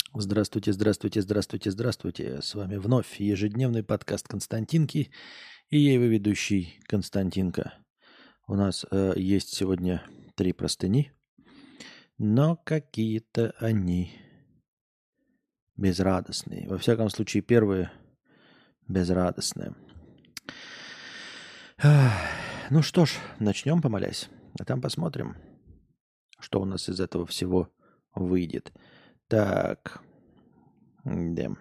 Здравствуйте, здравствуйте, здравствуйте, здравствуйте. С вами вновь ежедневный подкаст Константинки и я его ведущий Константинка. У нас есть сегодня 3 простыни, но какие-то они безрадостные. Во всяком случае, первые безрадостные. Ну что ж, начнем помолясь, а там посмотрим, что у нас из этого всего выйдет. Так, да.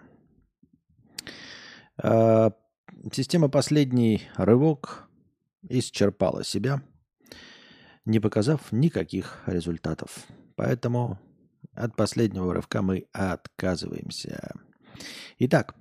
Система «Последний рывок» исчерпала себя, не показав никаких результатов. Поэтому от последнего рывка мы отказываемся. Итак,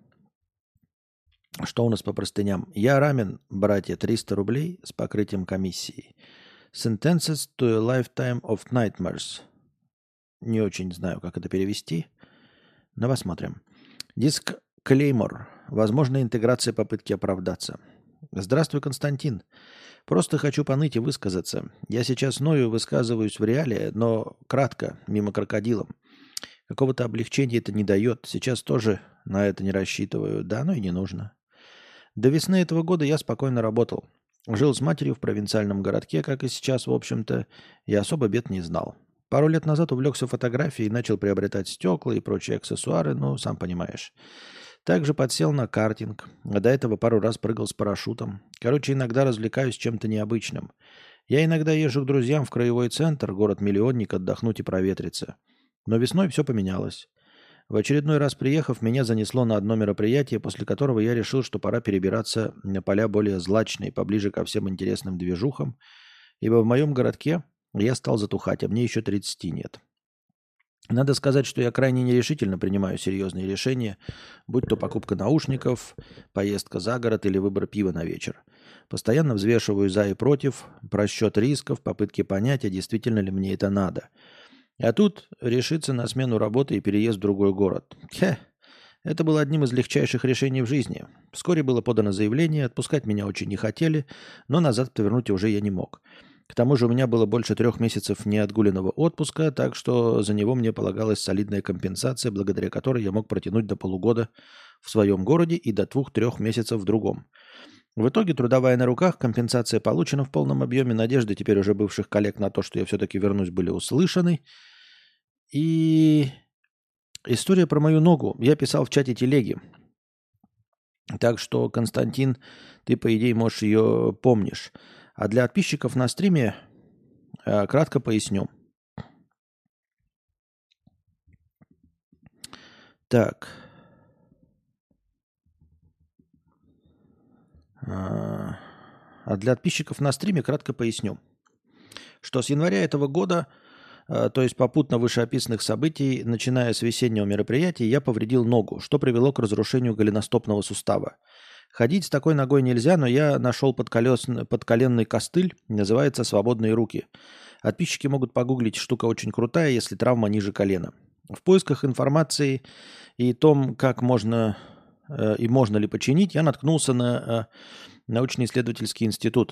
что у нас по простыням? Я рамен, братья, 300 рублей с покрытием комиссии. Sentences to a lifetime of nightmares. Не очень знаю, как это перевести, но посмотрим. Дисклеймер. Возможно, интеграция попытки оправдаться. Здравствуй, Константин. Просто хочу поныть и высказаться. Я сейчас ною высказываюсь в реале, но кратко, мимо крокодилом. Какого-то облегчения это не дает. Сейчас тоже на это не рассчитываю. Да, ну и не нужно. До весны этого года я спокойно работал. Жил с матерью в провинциальном городке, как и сейчас, в общем-то, и особо бед не знал. Пару лет назад увлекся фотографией и начал приобретать стекла и прочие аксессуары, ну, сам понимаешь. Также подсел на картинг, а до этого пару раз прыгал с парашютом. Короче, иногда развлекаюсь чем-то необычным. Я иногда езжу к друзьям в краевой центр, город-миллионник, отдохнуть и проветриться. Но весной все поменялось. В очередной раз приехав, меня занесло на одно мероприятие, после которого я решил, что пора перебираться на поля более злачные, поближе ко всем интересным движухам, ибо в моем городке я стал затухать, а мне еще 30 нет. Надо сказать, что я крайне нерешительно принимаю серьезные решения, будь то покупка наушников, поездка за город или выбор пива на вечер. Постоянно взвешиваю за и против, просчет рисков, попытки понять, а действительно ли мне это надо. А тут решиться на смену работы и переезд в другой город. Это было одним из легчайших решений в жизни. Вскоре было подано заявление, отпускать меня очень не хотели, но назад повернуть уже я не мог. К тому же у меня было больше 3 месяцев неотгуленного отпуска, так что за него мне полагалась солидная компенсация, благодаря которой я мог протянуть до полугода в своем городе и до 2-3 месяцев в другом. В итоге трудовая на руках, компенсация получена в полном объеме, надежды теперь уже бывших коллег на то, что я все-таки вернусь, были услышаны. И история про мою ногу я писал в чате телеги. Так что, Константин, ты, по идее, можешь ее помнишь. А для подписчиков на стриме кратко поясню. Так. А для подписчиков на стриме кратко поясню, что с января этого года, то есть попутно вышеописанных событий, начиная с весеннего мероприятия, я повредил ногу, что привело к разрушению голеностопного сустава. Ходить с такой ногой нельзя, но я нашел подколенный костыль, называется «Свободные руки». Подписчики могут погуглить, штука очень крутая, если травма ниже колена. В поисках информации и том, как можно и можно ли починить, я наткнулся на научно-исследовательский институт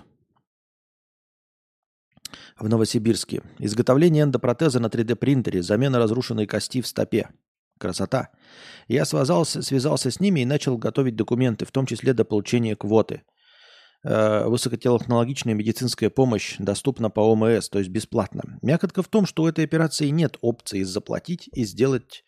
в Новосибирске. Изготовление эндопротеза на 3D-принтере, замена разрушенной кости в стопе. Красота. Я связался с ними и начал готовить документы, в том числе до получения квоты. Высокотехнологичная медицинская помощь доступна по ОМС, то есть бесплатно. Мякотка в том, что у этой операции нет опции заплатить и сделать.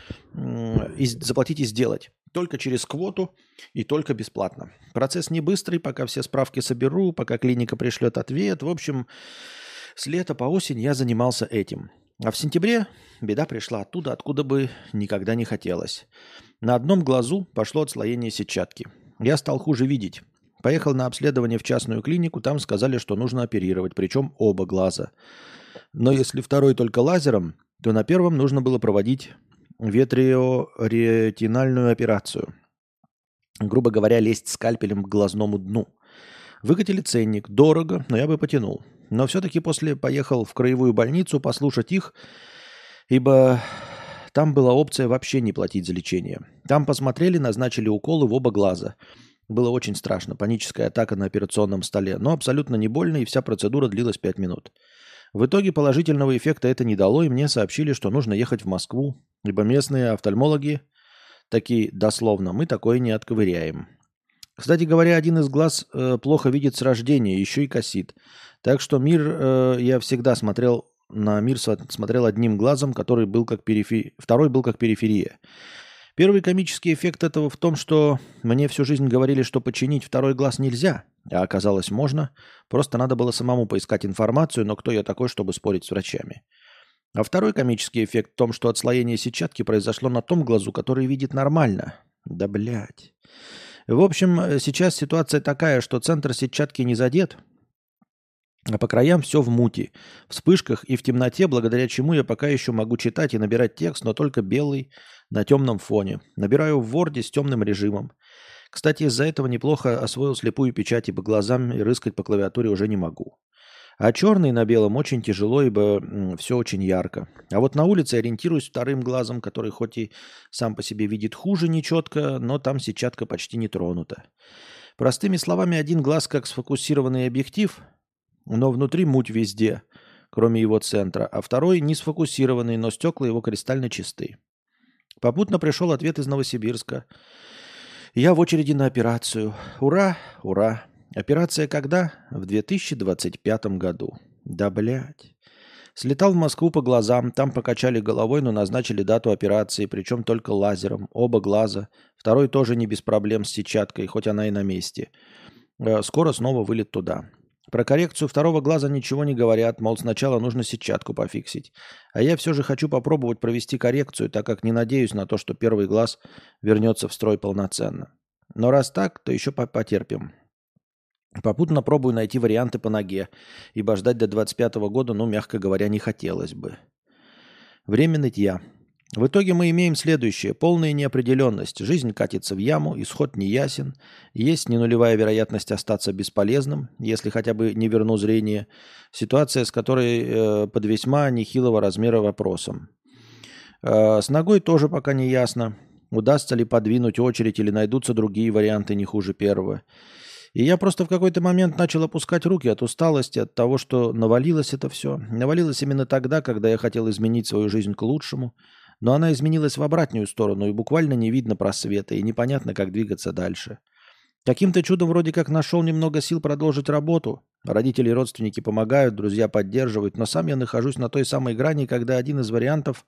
Только через квоту и только бесплатно. Процесс не быстрый, пока все справки соберу, пока клиника пришлет ответ. В общем, с лета по осень я занимался этим. А в сентябре беда пришла оттуда, откуда бы никогда не хотелось. На одном глазу пошло отслоение сетчатки. Я стал хуже видеть. Поехал на обследование в частную клинику, там сказали, что нужно оперировать, причем оба глаза. Но если второй только лазером, то на первом нужно было проводить витреоретинальную операцию. Грубо говоря, лезть скальпелем к глазному дну. Выкатили ценник. Дорого, но я бы потянул. Но все-таки после поехал в краевую больницу послушать их, ибо там была опция вообще не платить за лечение. Там посмотрели, назначили уколы в оба глаза. Было очень страшно. Паническая атака на операционном столе. Но абсолютно не больно, и вся процедура длилась 5 минут. В итоге положительного эффекта это не дало, и мне сообщили, что нужно ехать в Москву, ибо местные офтальмологи такие дословно, мы такое не отковыряем. Кстати говоря, один из глаз плохо видит с рождения, еще и косит. Так что я всегда смотрел на мир, смотрел одним глазом, который был как второй был как периферия. Первый комический эффект этого в том, что мне всю жизнь говорили, что починить второй глаз нельзя, а оказалось можно. Просто надо было самому поискать информацию, но кто я такой, чтобы спорить с врачами. А второй комический эффект в том, что отслоение сетчатки произошло на том глазу, который видит нормально. Да блять. В общем, сейчас ситуация такая, что центр сетчатки не задет, а по краям все в мути, в вспышках и в темноте, благодаря чему я пока еще могу читать и набирать текст, но только белый на темном фоне. Набираю в Word с темным режимом. Кстати, из-за этого неплохо освоил слепую печать, ибо глазам и рыскать по клавиатуре уже не могу. А черный на белом очень тяжело, ибо все очень ярко. А вот на улице ориентируюсь вторым глазом, который хоть и сам по себе видит хуже нечетко, но там сетчатка почти не тронута. Простыми словами, один глаз как сфокусированный объектив, но внутри муть везде, кроме его центра, а второй не сфокусированный, но стекла его кристально чисты. Попутно пришел ответ из Новосибирска. Я в очереди на операцию. Ура, ура. Операция когда? В 2025 году. Да блядь. Слетал в Москву по глазам, там покачали головой, но назначили дату операции, причем только лазером. Оба глаза. Второй тоже не без проблем с сетчаткой, хоть она и на месте. Скоро снова вылет туда. Про коррекцию второго глаза ничего не говорят, мол, сначала нужно сетчатку пофиксить. А я все же хочу попробовать провести коррекцию, так как не надеюсь на то, что первый глаз вернется в строй полноценно. Но раз так, то еще потерпим. Попутно пробую найти варианты по ноге, ибо ждать до 25 года, мягко говоря, не хотелось бы. Время нытья. В итоге мы имеем следующее. Полная неопределенность. Жизнь катится в яму, исход неясен. Есть ненулевая вероятность остаться бесполезным, если хотя бы не верну зрение. Ситуация, с которой под весьма нехилого размера вопросом. С ногой тоже пока не ясно. Удастся ли подвинуть очередь или найдутся другие варианты не хуже первого. И я просто в какой-то момент начал опускать руки от усталости, от того, что навалилось это все. Навалилось именно тогда, когда я хотел изменить свою жизнь к лучшему. Но она изменилась в обратную сторону, и буквально не видно просвета, и непонятно, как двигаться дальше. Каким-то чудом вроде как нашел немного сил продолжить работу. Родители и родственники помогают, друзья поддерживают, но сам я нахожусь на той самой грани, когда один из вариантов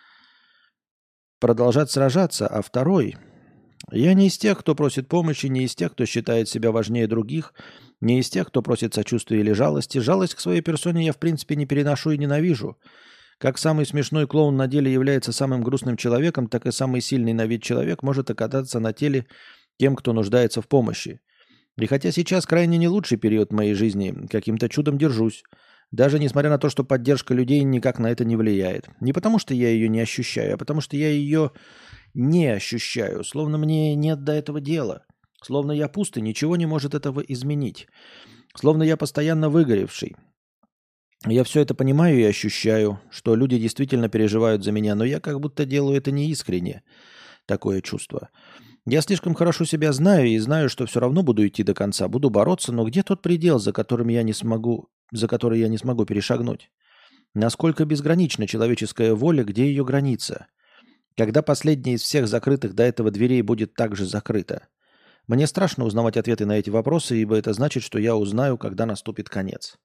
продолжать сражаться, а второй... Я не из тех, кто просит помощи, не из тех, кто считает себя важнее других, не из тех, кто просит сочувствия или жалости. Жалость к своей персоне я в принципе не переношу и ненавижу. Как самый смешной клоун на деле является самым грустным человеком, так и самый сильный на вид человек может оказаться на теле тем, кто нуждается в помощи. И хотя сейчас крайне не лучший период моей жизни, каким-то чудом держусь. Даже несмотря на то, что поддержка людей никак на это не влияет. Не потому, что я ее не ощущаю, а потому, что я ее не ощущаю. Словно мне нет до этого дела. Словно я пуст, и ничего не может этого изменить. Словно я постоянно выгоревший. Я все это понимаю и ощущаю, что люди действительно переживают за меня, но я как будто делаю это неискренне. Такое чувство. Я слишком хорошо себя знаю и знаю, что все равно буду идти до конца, буду бороться, но где тот предел, за который я не смогу перешагнуть? Насколько безгранична человеческая воля, где ее граница? Когда последняя из всех закрытых до этого дверей будет также закрыта? Мне страшно узнавать ответы на эти вопросы, ибо это значит, что я узнаю, когда наступит конец.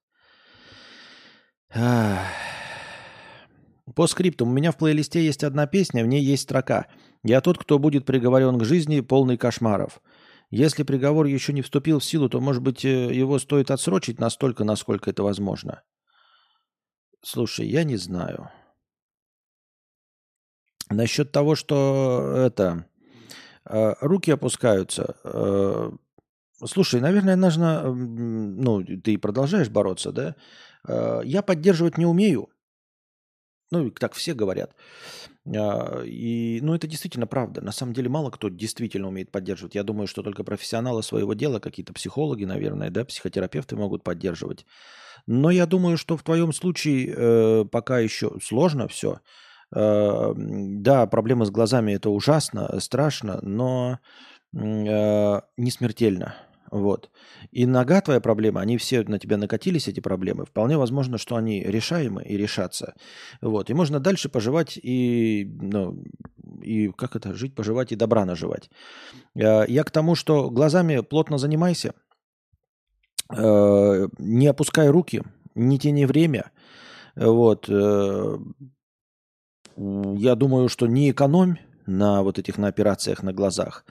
По скрипту. У меня в плейлисте есть одна песня, в ней есть строка. «Я тот, кто будет приговорен к жизни, полный кошмаров». Если приговор еще не вступил в силу, то, может быть, его стоит отсрочить настолько, насколько это возможно. Слушай, я не знаю. Насчет того, что руки опускаются. Слушай, наверное, нужно... ты продолжаешь бороться, да? Я поддерживать не умею. Так все говорят. Это действительно правда. На самом деле мало кто действительно умеет поддерживать. Я думаю, что только профессионалы своего дела, какие-то психологи, наверное, да, психотерапевты могут поддерживать. Но я думаю, что в твоем случае пока еще сложно все. Да, проблемы с глазами – это ужасно, страшно, но не смертельно. Вот. И нога твоя проблема, они все на тебя накатились, эти проблемы. Вполне возможно, что они решаемы и решатся. Вот. И можно дальше поживать и, ну, и как это, жить, поживать и добра наживать. Я к тому, что глазами плотно занимайся, не опускай руки, не тяни время. Вот. Я думаю, что не экономь на вот этих на операциях на глазах.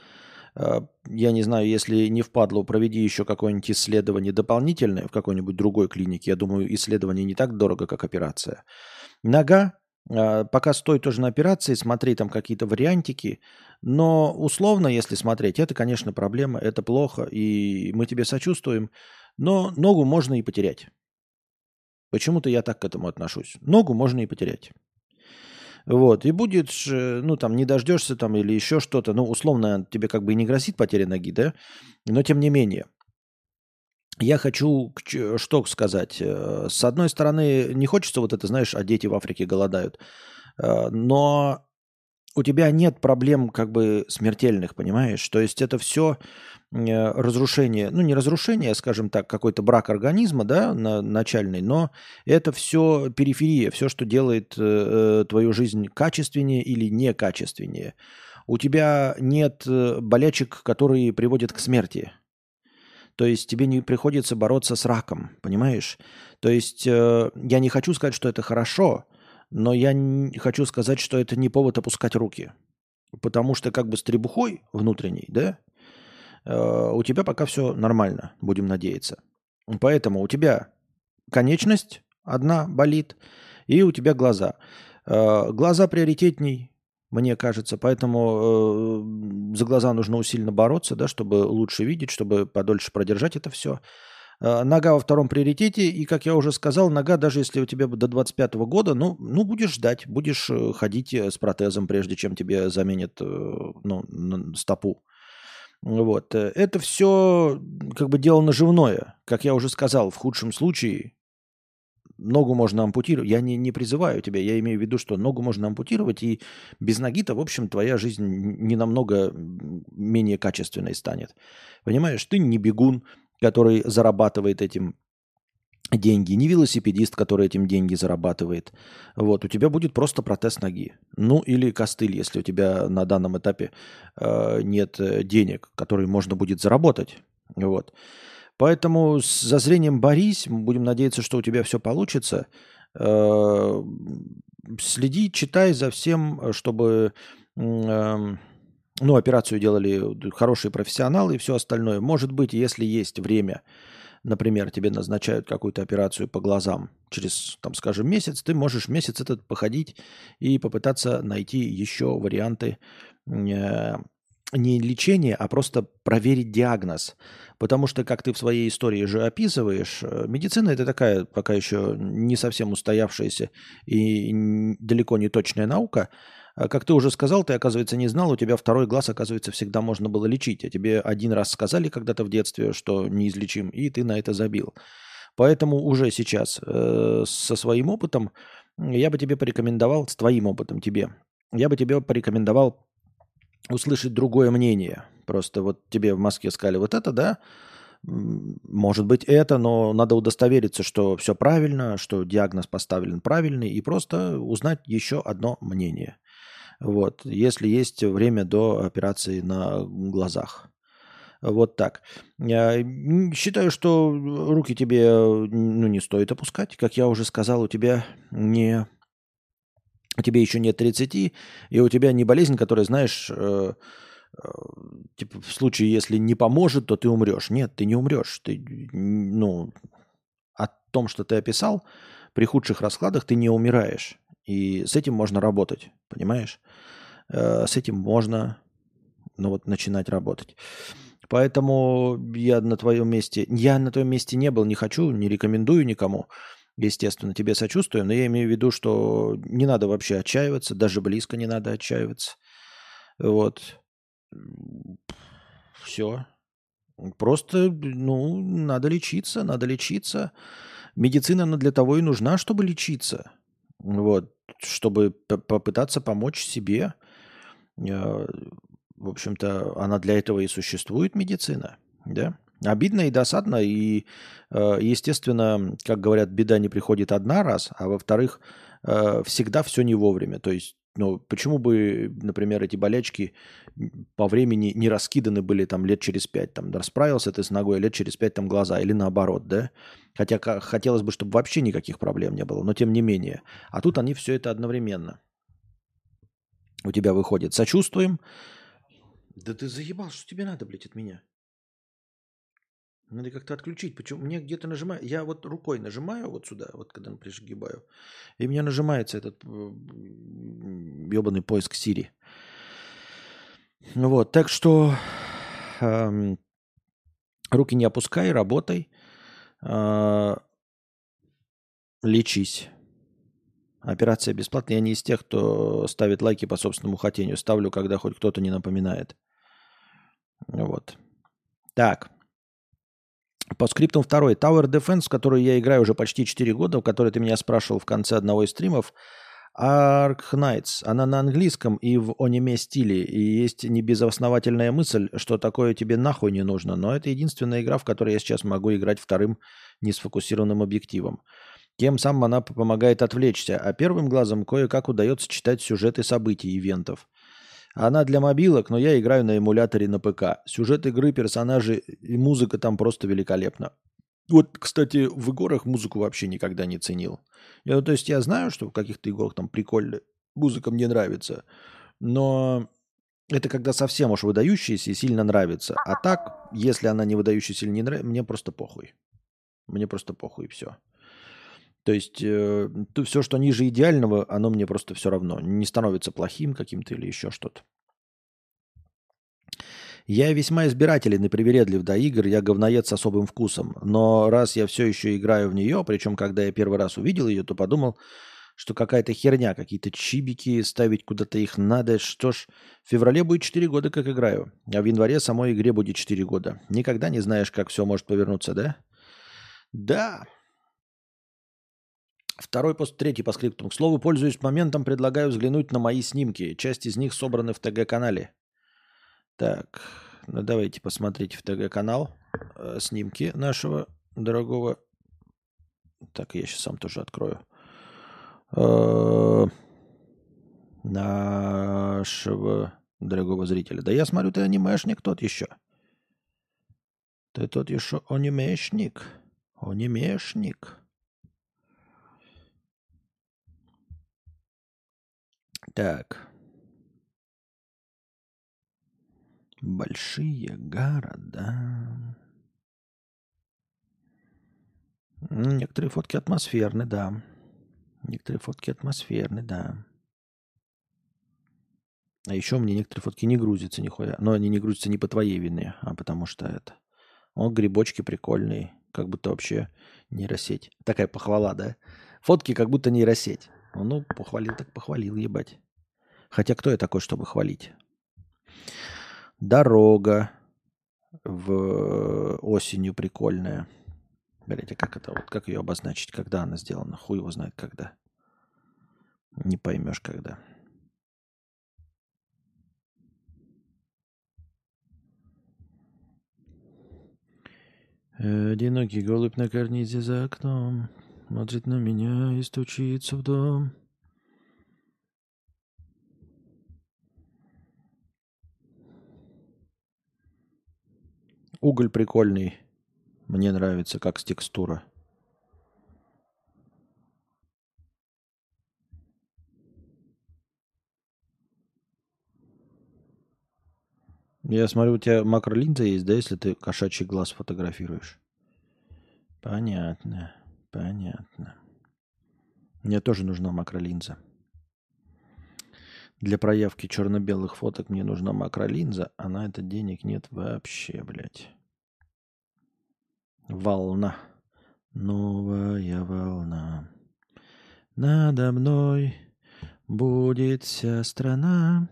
Я не знаю, если не впадло, проведи еще какое-нибудь исследование дополнительное в какой-нибудь другой клинике. Я думаю, исследование не так дорого, как операция. Нога, пока стой тоже на операции, смотри там какие-то вариантики. Но условно, если смотреть, это, конечно, проблема, это плохо, и мы тебе сочувствуем. Но ногу можно и потерять. Почему-то я так к этому отношусь. Ногу можно и потерять. Вот, и будет, ну, там, не дождешься там или еще что-то, ну, условно, тебе как бы и не грозит потеря ноги, да, но тем не менее, я хочу что сказать. С одной стороны, не хочется вот это, знаешь, а дети в Африке голодают, но у тебя нет проблем как бы смертельных, понимаешь? То есть это все разрушение, ну не разрушение, а, скажем так, какой-то брак организма, да, начальный, но это все периферия, все, что делает твою жизнь качественнее или некачественнее. У тебя нет болячек, которые приводят к смерти. То есть тебе не приходится бороться с раком, понимаешь? То есть я не хочу сказать, что это хорошо, но я хочу сказать, что это не повод опускать руки. Потому что как бы с требухой внутренней, да, у тебя пока все нормально, будем надеяться. Поэтому у тебя конечность одна болит, и у тебя глаза. Глаза приоритетней, мне кажется, поэтому за глаза нужно усиленно бороться, да, чтобы лучше видеть, чтобы подольше продержать это все. Нога во втором приоритете, и, как я уже сказал, нога, даже если у тебя до 25 года, ну будешь ждать, будешь ходить с протезом, прежде чем тебе заменят ну, стопу. Вот. Это все как бы дело наживное. Как я уже сказал, в худшем случае ногу можно ампутировать. Я не призываю тебя, я имею в виду, что ногу можно ампутировать, и без ноги-то, в общем, твоя жизнь не намного менее качественной станет. Понимаешь, ты не бегун, который зарабатывает этим деньги, не велосипедист, который этим деньги зарабатывает. Вот, у тебя будет просто протез ноги. Ну, или костыль, если у тебя на данном этапе нет денег, которые можно будет заработать. Вот. Поэтому за зрением борись, будем надеяться, что у тебя все получится. Э, Следи, читай за всем, чтобы ну, операцию делали хорошие профессионалы и все остальное. Может быть, если есть время, например, тебе назначают какую-то операцию по глазам через, там, скажем, месяц, ты можешь месяц этот походить и попытаться найти еще варианты э, не лечения, а просто проверить диагноз. Потому что, как ты в своей истории же описываешь, медицина это такая пока еще не совсем устоявшаяся и далеко не точная наука. Как ты уже сказал, ты, оказывается, не знал, у тебя второй глаз, оказывается, всегда можно было лечить. А тебе один раз сказали когда-то в детстве, что неизлечим, и ты на это забил. Поэтому уже сейчас со своим опытом я бы тебе порекомендовал, с твоим опытом тебе, я бы тебе порекомендовал услышать другое мнение. Просто вот тебе в Москве сказали вот это, да, может быть это, но надо удостовериться, что все правильно, что диагноз поставлен правильный, и просто узнать еще одно мнение. Вот, если есть время до операции на глазах. Вот так. Я считаю, что руки тебе ну, не стоит опускать. Как я уже сказал, у тебя еще нет 30, и у тебя не болезнь, которая, знаешь, типа в случае, если не поможет, то ты умрешь. Нет, ты не умрешь. Ты, ну, о том, что ты описал, при худших раскладах ты не умираешь. И с этим можно работать, понимаешь? С этим можно, ну вот, начинать работать. Поэтому я на твоем месте не был, не хочу, не рекомендую никому. Естественно, тебе сочувствую, но я имею в виду, что не надо вообще отчаиваться, даже близко не надо отчаиваться. Вот. Все. Просто, ну, надо лечиться, надо лечиться. Медицина, она для того и нужна, чтобы лечиться. Вот. Чтобы попытаться помочь себе. Э, В общем-то, она для этого и существует, медицина. Да? Обидно и досадно, и, естественно, как говорят, беда не приходит одна раз, а во-вторых, всегда все не вовремя. То есть, ну, почему бы, например, эти болячки по времени не раскиданы были там лет через 5, там, расправился ты с ногой, лет через 5 там глаза, или наоборот, да? Хотя хотелось бы, чтобы вообще никаких проблем не было, но тем не менее. А тут они все это одновременно у тебя выходит. Сочувствуем. Да ты заебал, что тебе надо, блядь, от меня? Надо как-то отключить. Почему? Мне где-то нажимаю. Я вот рукой нажимаю вот сюда, вот когда пригибаю. И у меня нажимается этот ебаный поиск Siri. Вот, так что эм, руки не опускай, работай, э, лечись. Операция бесплатная. Я не из тех, кто ставит лайки по собственному хотению. Ставлю, когда хоть кто-то не напоминает. Вот. Так. По скриптам второй. Tower Defense, в которую я играю уже почти 4 года, в которой ты меня спрашивал в конце одного из стримов. Ark Knights. Она на английском и в аниме стиле. И есть небезосновательная мысль, что такое тебе нахуй не нужно. Но это единственная игра, в которой я сейчас могу играть вторым несфокусированным объективом. Тем самым она помогает отвлечься, а первым глазом кое-как удается читать сюжеты событий, ивентов. Она для мобилок, но я играю на эмуляторе на ПК. Сюжет игры, персонажи и музыка там просто великолепна. Вот, кстати, в играх музыку вообще никогда не ценил. То есть я знаю, что в каких-то играх там прикольно, музыка мне нравится, но это когда совсем уж выдающаяся и сильно нравится. А так, если она не выдающаяся или не нравится, мне просто похуй. Мне просто похуй и все. То есть все, что ниже идеального, оно мне просто все равно. Не становится плохим каким-то или еще что-то. Я весьма избирателен и привередлив до игр, я говноед с особым вкусом. Но раз я все еще играю в нее, причем когда я первый раз увидел ее, то подумал, что какая-то херня, какие-то чибики, ставить куда-то их надо. Что ж, в феврале будет 4 года, как играю. А в январе самой игре будет 4 года. Никогда не знаешь, как все может повернуться, да? Да. Третий по скриптам. К слову, пользуясь моментом, предлагаю взглянуть на мои снимки. Часть из них собраны в ТГ-канале. Так, ну давайте посмотрите в ТГ-канал снимки нашего дорогого. Так, я сейчас сам тоже открою. Нашего дорогого зрителя. Да я смотрю, ты анимешник тот еще. Ты тот еще анимешник. Анимешник. Так. Большие города. Некоторые фотки атмосферны, да. Некоторые фотки атмосферны, да. А еще мне некоторые фотки не грузятся нихуя. Но они не грузятся не по твоей вине, а потому что это... грибочки прикольные. Как будто вообще нейросеть. Такая похвала, да? Фотки как будто нейросеть. Ну, похвалил так похвалил, ебать. Хотя кто я такой, чтобы хвалить? Дорога в осенью прикольная. Блять, а как это вот, как ее обозначить, когда она сделана? Хуй его знает когда. Не поймешь когда. Одинокий голубь на карнизе за окном смотрит на меня и стучится в дом. Уголь прикольный. Мне нравится, как с текстура. Я смотрю, у тебя макролинза есть, да, если ты кошачий глаз фотографируешь? Понятно, понятно. Мне тоже нужна макролинза. Для проявки черно-белых фоток мне нужна макролинза, а на это денег нет вообще, блядь. Волна. Новая волна. Надо мной будет вся страна.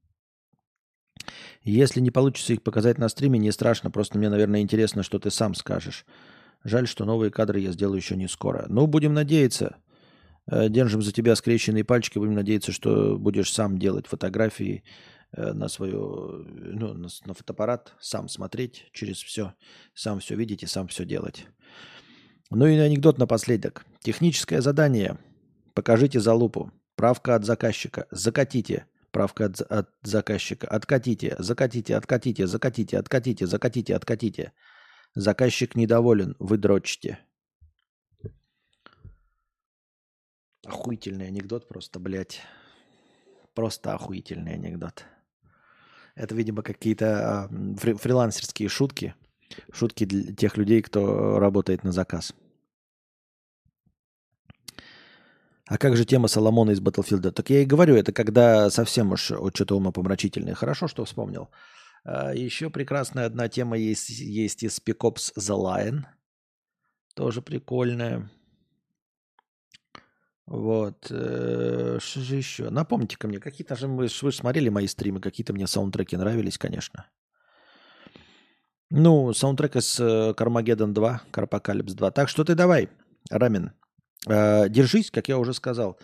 Если не получится их показать на стриме, не страшно. Просто мне, наверное, интересно, что ты сам скажешь. Жаль, что новые кадры я сделаю еще не скоро. Ну, будем надеяться. Держим за тебя скрещенные пальчики. Будем надеяться, что будешь сам делать фотографии на свою, ну, на фотоаппарат, сам смотреть через все, сам все видеть и сам все делать. Ну и анекдот напоследок. Техническое задание. Покажите залупу. Правка от заказчика. Закатите. Правка от заказчика. Откатите. Закатите, откатите, закатите, откатите, закатите, откатите. Заказчик недоволен. Вы дрочите. Охуительный анекдот просто, блядь. Просто охуительный анекдот. Это, видимо, какие-то фрилансерские шутки. Шутки для тех людей, кто работает на заказ. А как же тема Соломона из Battlefield? Так я и говорю, это когда совсем уж что-то умопомрачительное. Хорошо, что вспомнил. Еще прекрасная одна тема есть из Spec Ops The Line. Тоже прикольная. Вот. Что же еще? Напомните-ка мне, какие-то же вы смотрели мои стримы, какие-то мне саундтреки нравились, конечно. Ну, саундтрек из Carmageddon 2, Carpocalypse 2. Так что ты давай, Рамин. Держись, как я уже сказал.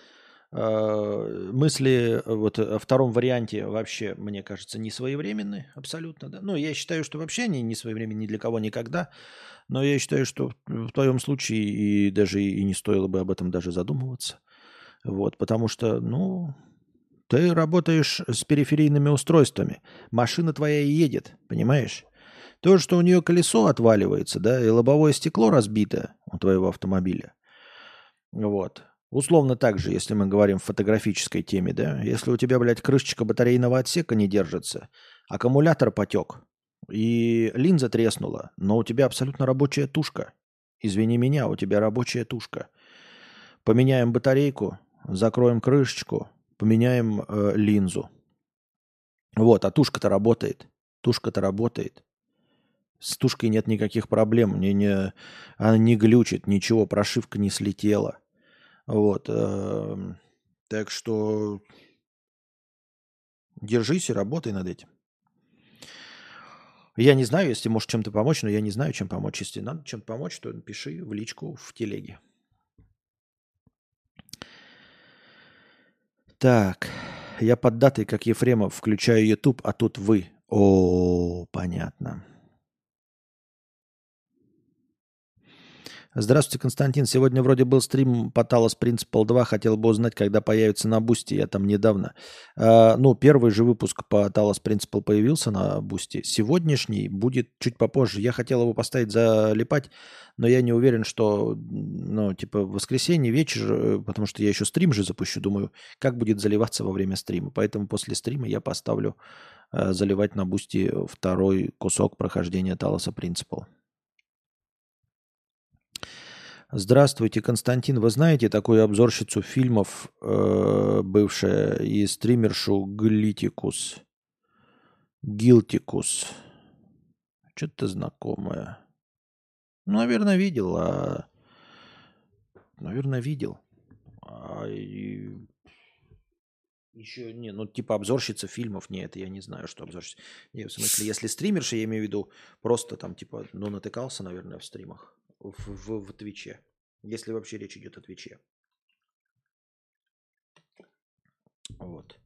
Мысли вот о втором варианте вообще, мне кажется, не своевременны абсолютно. Да? Ну, я считаю, что вообще они не своевременны ни для кого никогда. Но я считаю, что в твоем случае и даже и не стоило бы об этом даже задумываться. Вот, потому что, ну, ты работаешь с периферийными устройствами. Машина твоя и едет, понимаешь? То, что у нее колесо отваливается, да, и лобовое стекло разбито у твоего автомобиля. Вот. Условно так же, если мы говорим в фотографической теме, да, если у тебя, блядь, крышечка батарейного отсека не держится, аккумулятор потек, и линза треснула, но у тебя абсолютно рабочая тушка. Извини меня, у тебя рабочая тушка. Поменяем батарейку, закроем крышечку, поменяем линзу. Вот, а тушка-то работает. Тушка-то работает. С тушкой нет никаких проблем. Она не глючит, ничего, прошивка не слетела. Вот. Так что держись и работай над этим. Я не знаю, если можешь чем-то помочь, но я не знаю, чем помочь. Если надо чем-то помочь, то пиши в личку в телеге. Так. Я под датой, как Ефремов, включаю YouTube, а тут вы. О, понятно. Здравствуйте, Константин. Сегодня вроде был стрим по Talos Principle 2. Хотел бы узнать, когда появится на Бусти. Я там недавно. Ну, первый же выпуск по Talos Principle появился на Бусти. Сегодняшний будет чуть попозже. Я хотел его поставить залипать, но я не уверен, что, ну, типа, в воскресенье вечер, потому что я еще стрим же запущу. Думаю, как будет заливаться во время стрима. Поэтому после стрима я поставлю заливать на Бусти второй кусок прохождения Talos Principle. Здравствуйте, Константин. Вы знаете такую обзорщицу фильмов, бывшая, и стримершу Глитикус? Гилтикус. Что-то знакомое. Ну, наверное, видел. Наверное, видел. Еще не, ну, типа обзорщица фильмов. Нет, я не знаю, что обзорщица. Не, в смысле, если стримерша, я имею в виду, просто там, типа, ну, натыкался, наверное, в стримах. В Твиче. Если вообще речь идет о Твиче. Вот.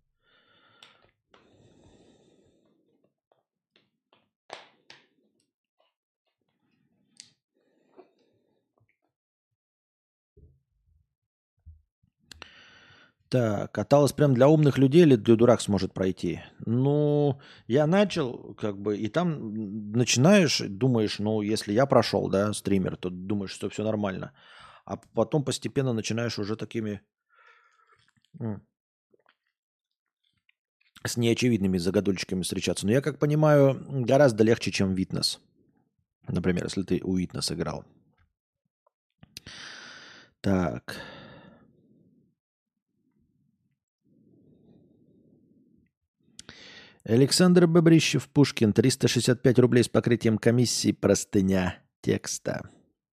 Так, каталось прям для умных людей или для дурак сможет пройти? Ну, я начал, как бы, и там начинаешь, думаешь, ну, если я прошел, да, стример, то думаешь, что все нормально. А потом постепенно начинаешь уже такими с неочевидными загадульчиками встречаться. Но я, как понимаю, гораздо легче, чем Witness. Например, если ты у Witness играл. Так. Александр Бобрищев, Пушкин, 365 рублей с покрытием комиссии, простыня текста.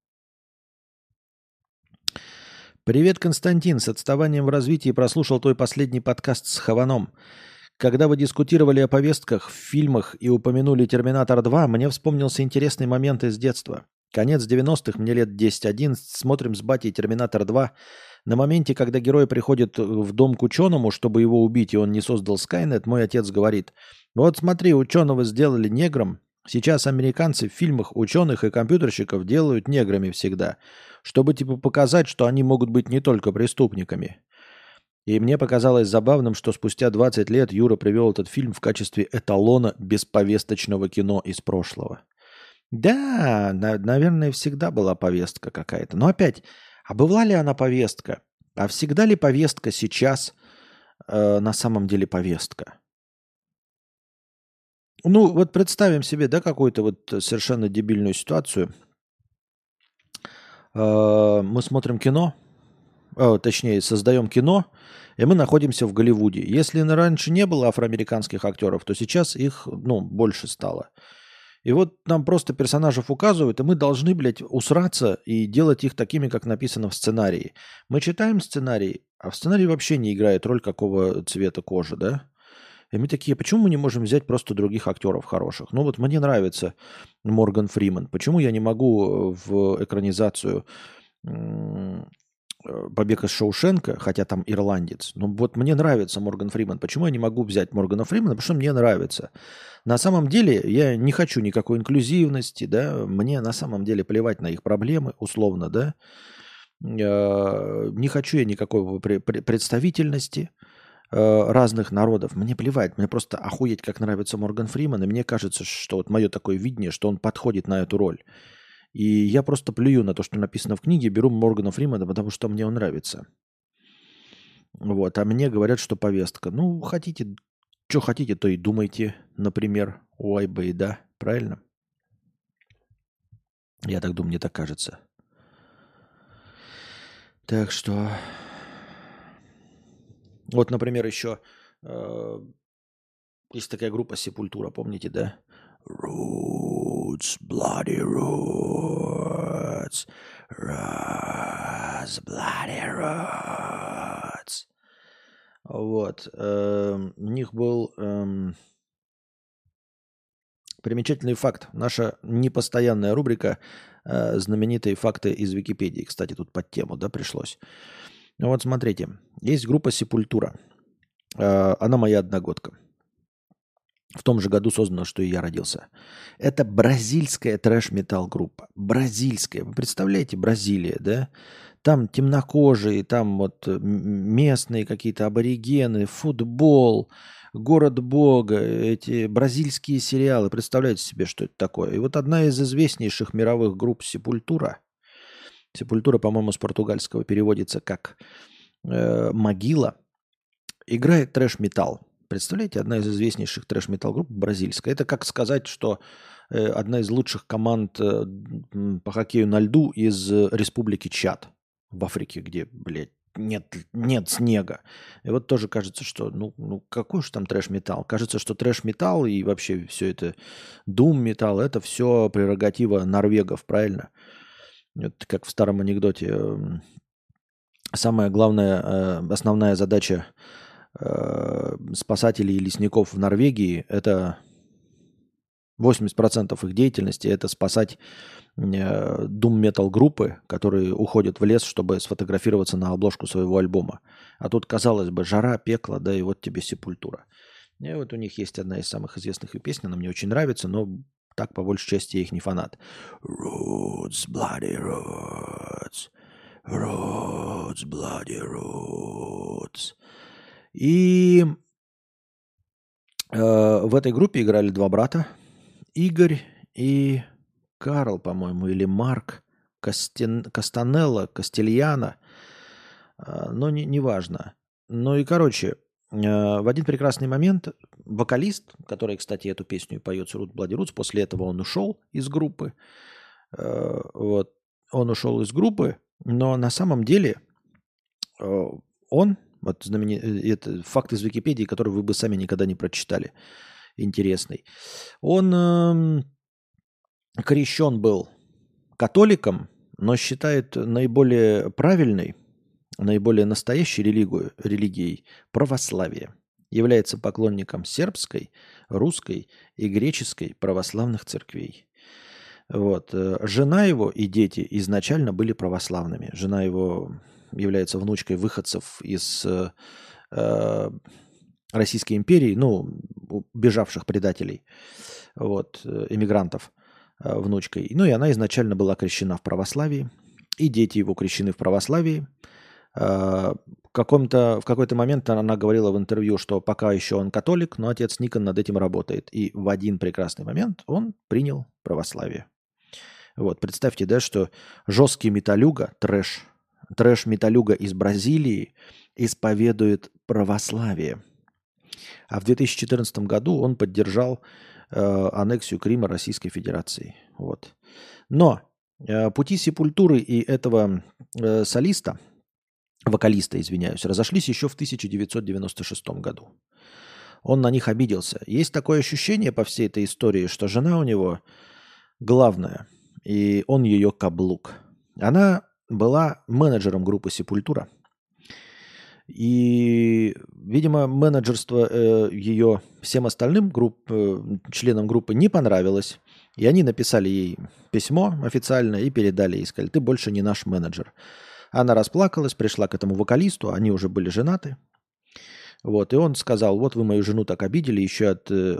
Привет, Константин. С отставанием в развитии прослушал твой последний подкаст с Хованом. Когда вы дискутировали о повестках в фильмах и упомянули «Терминатор 2», мне вспомнился интересный момент из детства. Конец 90-х, мне лет 10-11, смотрим с батей «Терминатор 2». На моменте, когда герой приходит в дом к ученому, чтобы его убить, и он не создал Скайнет, мой отец говорит, вот смотри, ученого сделали негром, сейчас американцы в фильмах ученых и компьютерщиков делают неграми всегда, чтобы типа показать, что они могут быть не только преступниками. И мне показалось забавным, что спустя 20 лет Юра привел этот фильм в качестве эталона бесповесточного кино из прошлого. Да, наверное, всегда была повестка какая-то. Но опять, а была ли она повестка? А всегда ли повестка сейчас на самом деле повестка? Ну, вот представим себе, да, какую-то вот совершенно дебильную ситуацию. Мы смотрим кино, точнее, создаем кино, и мы находимся в Голливуде. Если раньше не было афроамериканских актеров, то сейчас их, ну, больше стало. И вот нам просто персонажей указывают, и мы должны, блядь, усраться и делать их такими, как написано в сценарии. Мы читаем сценарий, а в сценарии вообще не играет роль, какого цвета кожи, да? И мы такие, почему мы не можем взять просто других актеров хороших? Ну вот мне нравится Морган Фриман. Почему я не могу в экранизацию «Побег из Шоушенка», хотя там ирландец. Ну вот мне нравится Морган Фриман. Почему я не могу взять Моргана Фримана? Потому что мне нравится. На самом деле я не хочу никакой инклюзивности, да. Мне на самом деле плевать на их проблемы, условно, да. Не хочу я никакой представительности разных народов. Мне плевать. Мне просто охуеть, как нравится Морган Фриман. И мне кажется, что вот мое такое видение, что он подходит на эту роль. И я просто плюю на то, что написано в книге, беру Моргана Фримена, потому что мне он нравится. Вот. А мне говорят, что повестка. Ну, хотите, что хотите, то и думайте, например, у Айбэй, да? Правильно? Я так думаю, мне так кажется. Так что... Вот, например, еще есть такая группа Сепультура, помните, да? Roots, bloody roots, roots, bloody roots. Вот. У них был примечательный факт. Наша непостоянная рубрика «Знаменитые факты из Википедии». Кстати, тут под тему, да, пришлось. Вот смотрите. Есть группа Сепультура. Она моя одногодка. В том же году создана, что и я родился. Это бразильская трэш-метал группа. Бразильская. Вы представляете, Бразилия, да? Там темнокожие, там вот местные какие-то аборигены, футбол, город Бога, эти бразильские сериалы. Представляете себе, что это такое? И вот одна из известнейших мировых групп Сепультура. Сепультура, по-моему, с португальского переводится как могила. Играет трэш-метал. Представляете, одна из известнейших трэш-метал групп бразильская. Это как сказать, что одна из лучших команд по хоккею на льду из республики Чад в Африке, где, блядь, нет снега. И вот тоже кажется, что, ну какой же там трэш-метал? Кажется, что трэш-метал и вообще все это дум-метал, это все прерогатива норвегов, правильно? Это как в старом анекдоте. Самая главная, основная задача спасателей и лесников в Норвегии, это 80% их деятельности, это спасать дум-метал группы, которые уходят в лес, чтобы сфотографироваться на обложку своего альбома. А тут, казалось бы, жара, пекло, да и вот тебе Сепультура. И вот у них есть одна из самых известных их песен, она мне очень нравится, но так, по большей части, я их не фанат. Roots, bloody roots, roots, bloody roots. И в этой группе играли два брата, Игорь и Карл, по-моему, или Марк Кастанелло, Кастельяно, но неважно. Ну и, короче, в один прекрасный момент вокалист, который, кстати, эту песню и поет Root Bloody Roots, после этого он ушел из группы. Вот. Он ушел из группы, но на самом деле он, вот это факт из Википедии, который вы бы сами никогда не прочитали, интересный. Он крещен был католиком, но считает наиболее правильной, наиболее настоящей религией православие. Является поклонником сербской, русской и греческой православных церквей. Вот. Жена его и дети изначально были православными. Жена его является внучкой выходцев из Российской империи, ну, бежавших предателей, вот, эмигрантов, внучкой. Ну и она изначально была крещена в православии, и дети его крещены в православии. В какой-то момент она говорила в интервью, что пока еще он католик, но отец Никон над этим работает. И в один прекрасный момент он принял православие. Вот, представьте, да, что жесткий металюга, трэш-металюга из Бразилии исповедует православие. А в 2014 году он поддержал аннексию Крыма Российской Федерации. Вот. Но пути Сепультуры и этого солиста, вокалиста, извиняюсь, разошлись еще в 1996 году. Он на них обиделся. Есть такое ощущение по всей этой истории, что жена у него главная, и он ее каблук. Она была менеджером группы «Сепультура». И, видимо, менеджерство ее всем остальным членам группы не понравилось. И они написали ей письмо официально и передали ей. Сказали, ты больше не наш менеджер. Она расплакалась, пришла к этому вокалисту. Они уже были женаты. Вот, и он сказал, вот вы мою жену так обидели, еще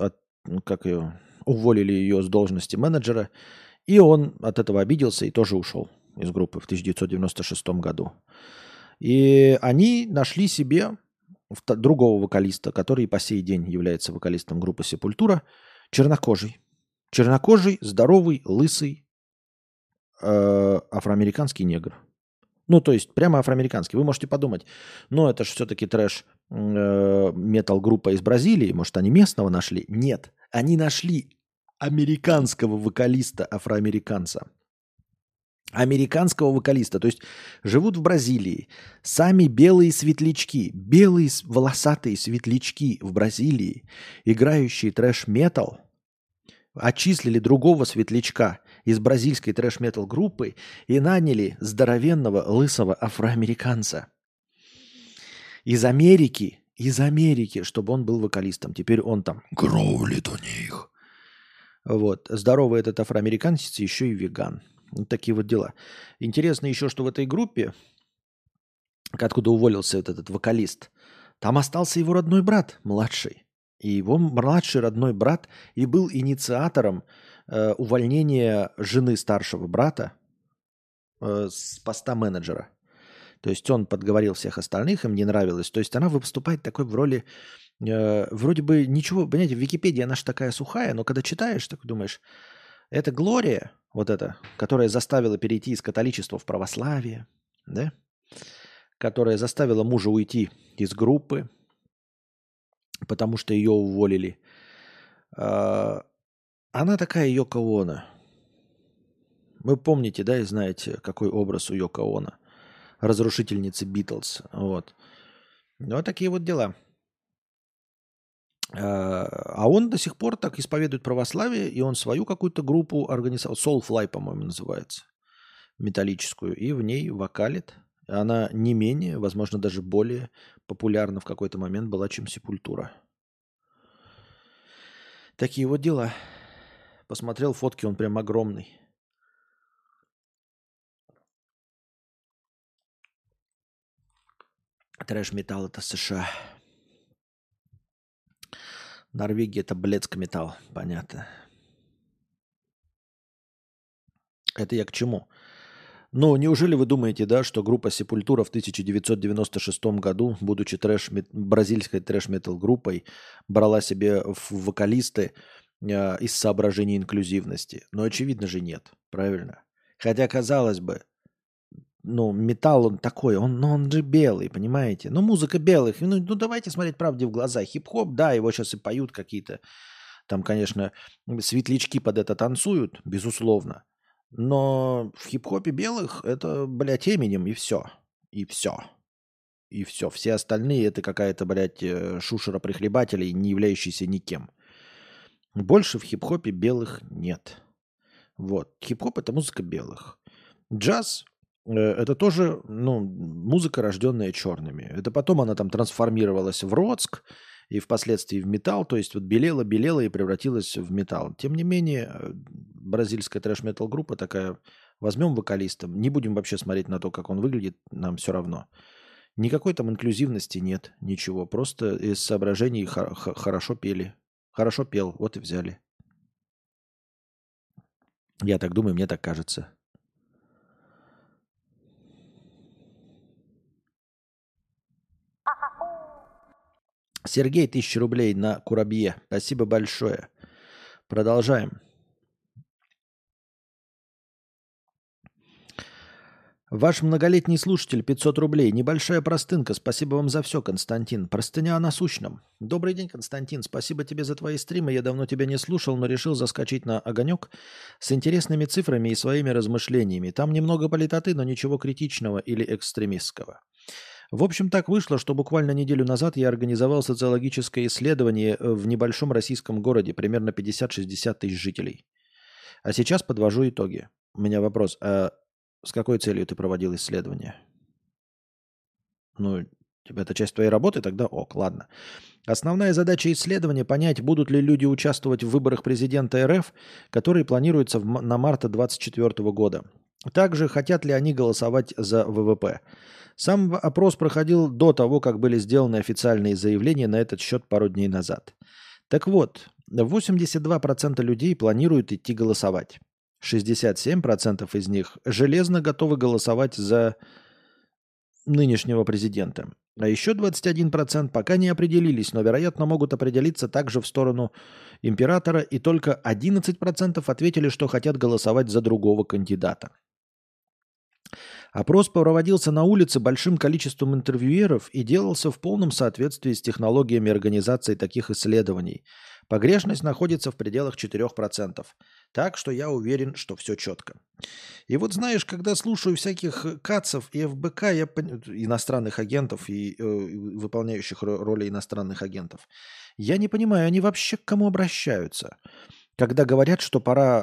уволили ее с должности менеджера. И он от этого обиделся и тоже ушел из группы в 1996 году. И они нашли себе другого вокалиста, который по сей день является вокалистом группы «Сепультура», чернокожий. Чернокожий, здоровый, лысый, афроамериканский негр. Ну, то есть прямо афроамериканский. Вы можете подумать, ну, это же все-таки трэш-метал-группа из Бразилии, может, они местного нашли? Нет, они нашли американского вокалиста, афроамериканца. Американского вокалиста, то есть живут в Бразилии. Сами белые светлячки, белые волосатые светлячки в Бразилии, играющие трэш-метал, отчислили другого светлячка из бразильской трэш-метал группы и наняли здоровенного лысого афроамериканца из Америки, чтобы он был вокалистом. Теперь он там гроулит у них. Вот. Здоровый этот афроамериканец еще и веган. Вот такие вот дела. Интересно еще, что в этой группе, откуда уволился этот вокалист, там остался его родной брат, младший. И его младший родной брат и был инициатором увольнения жены старшего брата с поста менеджера. То есть он подговорил всех остальных, им не нравилось. То есть она выступает такой в роли, вроде бы ничего, понимаете, в Википедии она же такая сухая, но когда читаешь, так думаешь, это Глория, вот эта, которая заставила перейти из католичества в православие, да? Которая заставила мужа уйти из группы, потому что ее уволили. Она такая Йоко Оно. Вы помните, да, и знаете, какой образ у Йоко Оно. Разрушительницы Битлз. Вот. Вот такие вот дела. А он до сих пор так исповедует православие, и он свою какую-то группу организовал, Soulfly, по-моему, называется, металлическую, и в ней вокалит. Она не менее, возможно, даже более популярна в какой-то момент была, чем Сепультура. Такие вот дела. Посмотрел фотки, он прям огромный. Трэш-металл — это США. Норвегия — это блецк-металл, понятно. Это я к чему? Ну, неужели вы думаете, да, что группа Сепультура в 1996 году, будучи бразильской трэш-метал группой, брала себе в вокалисты из соображений инклюзивности? Ну, очевидно же нет, правильно? Хотя, казалось бы, ну, металл он такой, он же белый, понимаете? Ну, музыка белых, ну давайте смотреть правде в глаза. Хип-хоп, да, его сейчас и поют какие-то, там, конечно, светлячки под это танцуют, безусловно. Но в хип-хопе белых это, блядь, Эминем и все. И все. И все. Все остальные это какая-то, блядь, шушера прихлебателей, не являющаяся никем. Больше в хип-хопе белых нет. Вот. Хип-хоп — это музыка белых. Джаз это тоже, ну, музыка, рожденная черными. Это потом она там трансформировалась в роцк и впоследствии в металл. То есть вот белела и превратилась в металл. Тем не менее, бразильская трэш-метал группа такая Возьмем вокалиста, не будем вообще смотреть на то, как он выглядит, нам все равно. Никакой там инклюзивности нет, ничего. Просто из соображений хорошо пели. Хорошо пел, вот и взяли. Я так думаю, мне так кажется. Сергей, 1000 рублей на Курабье. Спасибо большое. Продолжаем. Ваш многолетний слушатель, 500 рублей. Небольшая простынка. Спасибо вам за все, Константин. Простыня о насущном. Добрый день, Константин. Спасибо тебе за твои стримы. Я давно тебя не слушал, но решил заскочить на огонек с интересными цифрами и своими размышлениями. Там немного политоты, но ничего критичного или экстремистского. В общем, так вышло, что буквально неделю назад я организовал социологическое исследование в небольшом российском городе, примерно 50-60 тысяч жителей. А сейчас подвожу итоги. У меня вопрос. А с какой целью ты проводил исследование? Ну, это часть твоей работы, тогда ок, ладно. Основная задача исследования – понять, будут ли люди участвовать в выборах президента РФ, которые планируются на марта 2024 года. Также хотят ли они голосовать за ВВП. Сам опрос проходил до того, как были сделаны официальные заявления на этот счет пару дней назад. Так вот, 82% людей планируют идти голосовать. 67% из них железно готовы голосовать за нынешнего президента. А еще 21% пока не определились, но, вероятно, могут определиться также в сторону императора, и только 11% ответили, что хотят голосовать за другого кандидата. Опрос проводился на улице большим количеством интервьюеров и делался в полном соответствии с технологиями организации таких исследований. Погрешность находится в пределах 4%. Так что я уверен, что все четко. И вот знаешь, когда слушаю всяких кацев и ФБК, иностранных агентов и выполняющих роли иностранных агентов, я не понимаю, они вообще к кому обращаются? Когда говорят, что пора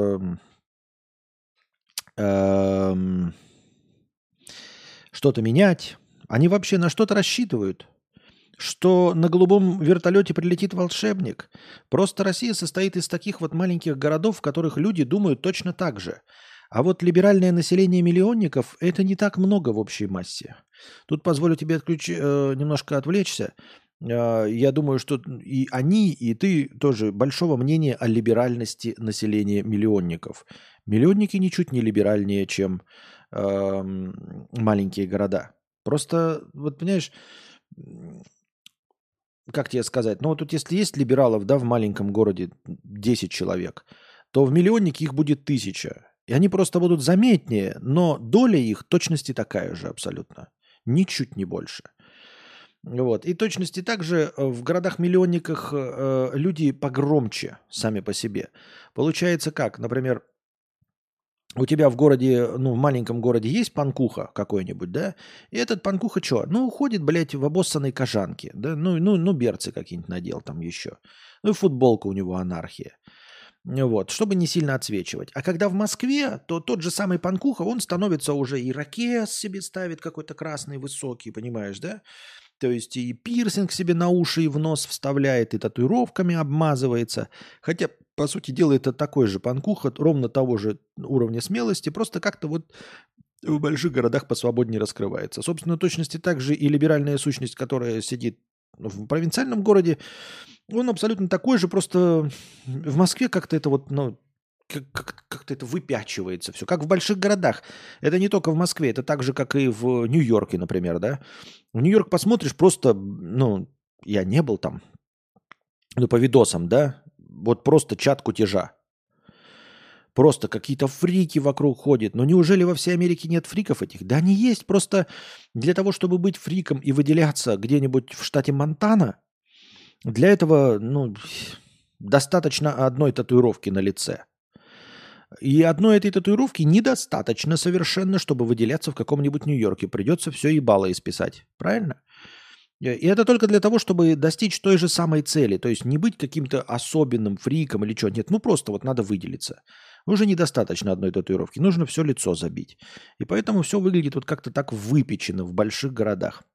что-то менять, они вообще на что-то рассчитывают? Что на голубом вертолете прилетит волшебник? Просто Россия состоит из таких вот маленьких городов, в которых люди думают точно так же. А вот либеральное население миллионников – это не так много в общей массе. Тут позволю тебе немножко отвлечься. Я думаю, что и они, и ты тоже большого мнения о либеральности населения миллионников. Миллионники ничуть не либеральнее, чем маленькие города. Просто, вот понимаешь, как тебе сказать, ну вот тут если есть либералов, да, в маленьком городе 10 человек, то в миллионнике их будет 1000. И они просто будут заметнее, но доля их точности такая же абсолютно. Ничуть не больше. Вот. И точности также в городах-миллионниках люди погромче сами по себе. Получается как? Например, у тебя в городе, ну, в маленьком городе есть панкуха какой-нибудь, да? И этот панкуха что? Ну, уходит, блядь, в обоссанной кожанке, да? Ну, берцы какие-нибудь надел там еще. Ну, и футболка у него анархия. Вот, чтобы не сильно отсвечивать. А когда в Москве, то тот же самый панкуха, он становится уже и ракес себе ставит какой-то красный, высокий, понимаешь, да? То есть и пирсинг себе на уши и в нос вставляет, и татуировками обмазывается. Хотя, по сути дела, это такой же панкуха, ровно того же уровня смелости, просто как-то вот в больших городах посвободнее раскрывается. Собственно, в точности также и либеральная сущность, которая сидит в провинциальном городе, он абсолютно такой же, просто в Москве как-то это вот, ну, как-то это выпячивается все, как в больших городах. Это не только в Москве, это так же, как и в Нью-Йорке, например, да. В Нью-Йорк посмотришь, просто, ну, я не был там, ну, по видосам, да, вот просто чат кутежа. Просто какие-то фрики вокруг ходят. Но неужели во всей Америке нет фриков этих? Да они есть, просто для того, чтобы быть фриком и выделяться где-нибудь в штате Монтана, для этого, ну, достаточно одной татуировки на лице. И одной этой татуировки недостаточно совершенно, чтобы выделяться в каком-нибудь Нью-Йорке. Придется все ебало исписать. Правильно? И это только для того, чтобы достичь той же самой цели. То есть не быть каким-то особенным фриком или что. Нет, ну просто вот надо выделиться. Уже недостаточно одной татуировки. Нужно все лицо забить. И поэтому все выглядит вот как-то так выпечено в больших городах.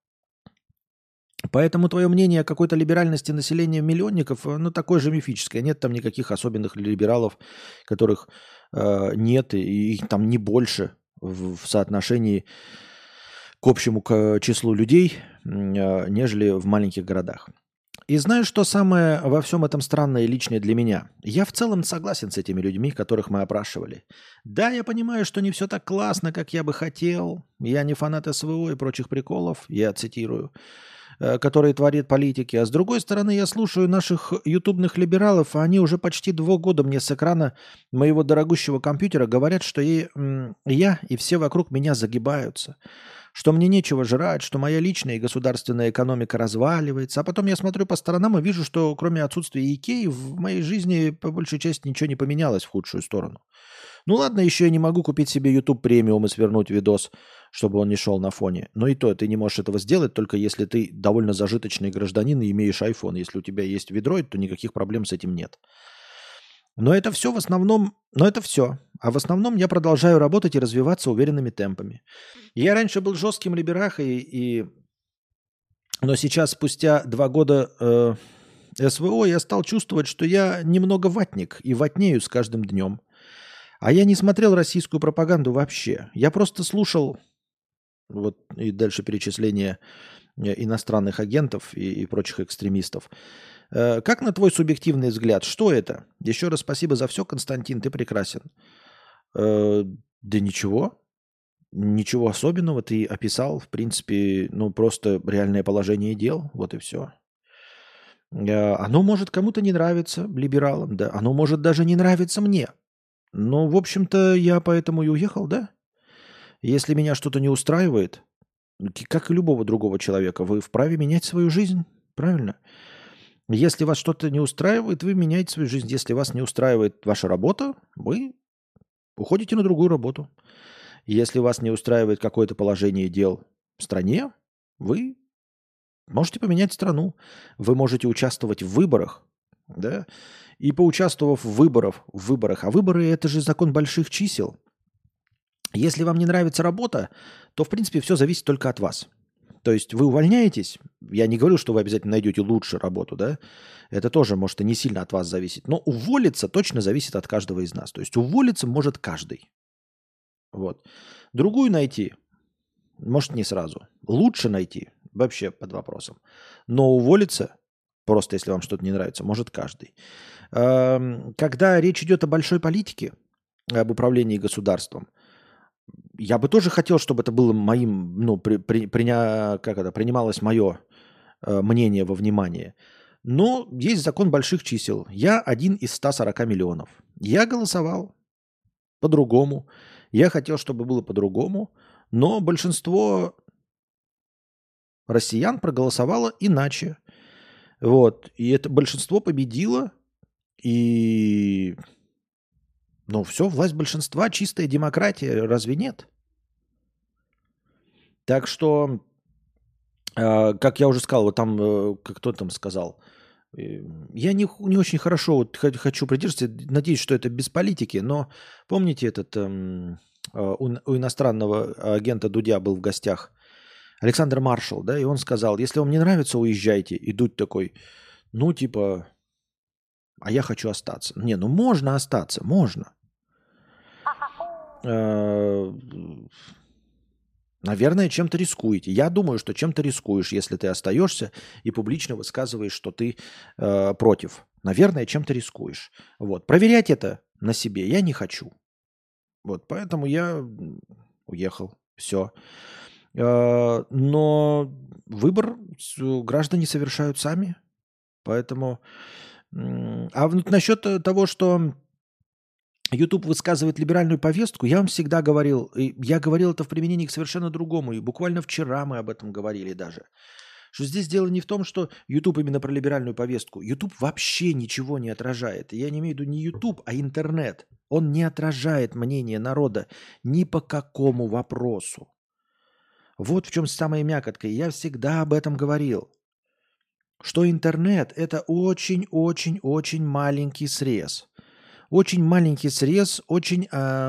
Поэтому твое мнение о какой-то либеральности населения миллионников, ну, такое же мифическое. Нет там никаких особенных либералов, которых нет, и их там не больше в соотношении к общему числу людей, нежели в маленьких городах. И знаешь, что самое во всем этом странное и личное для меня? Я в целом согласен с этими людьми, которых мы опрашивали. Да, я понимаю, что не все так классно, как я бы хотел. Я не фанат СВО и прочих приколов, я цитирую, которые творят политики. А с другой стороны, я слушаю наших ютубных либералов, а они уже почти 2 года мне с экрана моего дорогущего компьютера говорят, что я и все вокруг меня загибаются, что мне нечего жрать, что моя личная и государственная экономика разваливается. А потом я смотрю по сторонам и вижу, что кроме отсутствия Икеи в моей жизни по большей части ничего не поменялось в худшую сторону. Ну ладно, еще я не могу купить себе YouTube премиум и свернуть видос, чтобы он не шел на фоне. Но и то, ты не можешь этого сделать, только если ты довольно зажиточный гражданин и имеешь iPhone. Если у тебя есть Vidroid, то никаких проблем с этим нет. Но это все в основном, А в основном я продолжаю работать и развиваться уверенными темпами. Я раньше был жестким либерахой, но сейчас, спустя 2 года СВО, я стал чувствовать, что я немного ватник и ватнею с каждым днем. А я не смотрел российскую пропаганду вообще. Я просто слушал, вот и дальше перечисление иностранных агентов и прочих экстремистов. Как на твой субъективный взгляд, что это? Еще раз спасибо за все, Константин, ты прекрасен. Да ничего. Ничего особенного. Ты описал, в принципе, просто реальное положение дел. Вот и все. Оно может кому-то не нравиться, либералам, да. Оно может даже не нравиться мне. Ну, в общем-то, я поэтому и уехал, да? Если меня что-то не устраивает, как и любого другого человека, вы вправе менять свою жизнь, правильно? Если вас что-то не устраивает, вы меняете свою жизнь. Если вас не устраивает ваша работа, вы уходите на другую работу. Если вас не устраивает какое-то положение дел в стране, вы можете поменять страну. Вы можете участвовать в выборах, да? И поучаствовав в выборах, а выборы – это же закон больших чисел. Если вам не нравится работа, то, в принципе, все зависит только от вас. То есть вы увольняетесь, я не говорю, что вы обязательно найдете лучше работу, да, это тоже может и не сильно от вас зависеть, но уволиться точно зависит от каждого из нас. То есть уволиться может каждый. Вот. Другую найти, может не сразу. Лучше найти, вообще под вопросом. Но уволиться, просто если вам что-то не нравится, может каждый. Когда речь идет о большой политике, об управлении государством, я бы тоже хотел, чтобы это было моим, принималось мое мнение во внимание. Но есть закон больших чисел. Я один из 140 миллионов. Я голосовал по-другому. Я хотел, чтобы было по-другому. Но большинство россиян проголосовало иначе. Вот. И это большинство победило. И... все, власть большинства, чистая демократия, разве нет? Так что, как я уже сказал, вот там, кто там сказал, я не очень хорошо хочу придерживаться, надеюсь, что это без политики, но помните, у иностранного агента Дудя был в гостях Александр Маршал, да, и он сказал, если вам не нравится, уезжайте. И Дудь такой, а я хочу остаться. Можно остаться, можно. Наверное, чем-то рискуете. Я думаю, что чем-то рискуешь, если ты остаешься и публично высказываешь, что ты против. Наверное, чем-то рискуешь. Вот. Проверять это на себе я не хочу. Вот. Поэтому я уехал. Все. Но выбор граждане совершают сами. Поэтому... А вот насчет того, что... YouTube высказывает либеральную повестку, я вам всегда говорил, и я говорил это в применении к совершенно другому, и буквально вчера мы об этом говорили даже, что здесь дело не в том, что YouTube именно про либеральную повестку. YouTube вообще ничего не отражает. Я не имею в виду не YouTube, а интернет. Он не отражает мнение народа ни по какому вопросу. Вот в чем самая мякотка. И я всегда об этом говорил, что интернет – это очень-очень-очень маленький срез. Очень маленький срез очень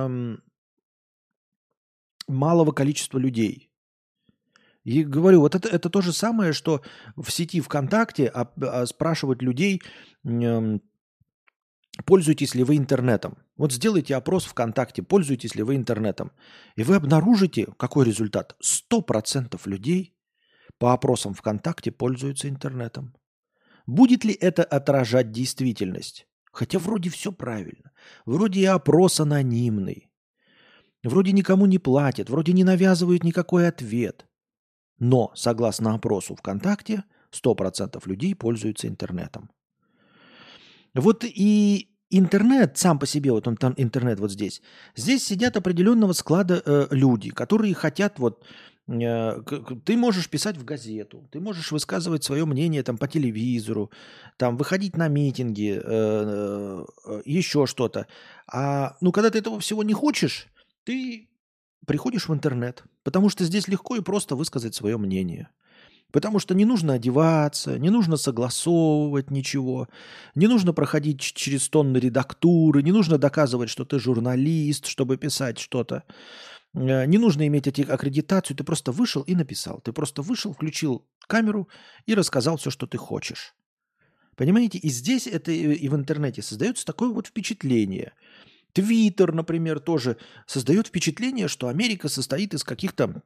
малого количества людей. И говорю, вот это то же самое, что в сети ВКонтакте спрашивать людей, пользуетесь ли вы интернетом. Вот сделайте опрос ВКонтакте, пользуетесь ли вы интернетом, и вы обнаружите, какой результат. 100% людей по опросам ВКонтакте пользуются интернетом. Будет ли это отражать действительность? Хотя вроде все правильно. Вроде и опрос анонимный. Вроде никому не платят, вроде не навязывают никакой ответ. Но, согласно опросу ВКонтакте, 100% людей пользуются интернетом. Вот и интернет сам по себе, вот он там интернет вот здесь. Здесь сидят определенного склада люди, которые хотят вот... ты можешь писать в газету, ты можешь высказывать свое мнение там по телевизору, там выходить на митинги, еще что-то. Ну, когда ты этого всего не хочешь, ты приходишь в интернет, потому что здесь легко и просто высказать свое мнение. Потому что не нужно одеваться, не нужно согласовывать ничего, не нужно проходить через тонны редактуры, не нужно доказывать, что ты журналист, чтобы писать что-то. Не нужно иметь аккредитацию, ты просто вышел и написал. Ты просто вышел, включил камеру и рассказал все, что ты хочешь. Понимаете? И здесь это и в интернете создается такое вот впечатление. Твиттер, например, тоже создает впечатление, что Америка состоит из каких-то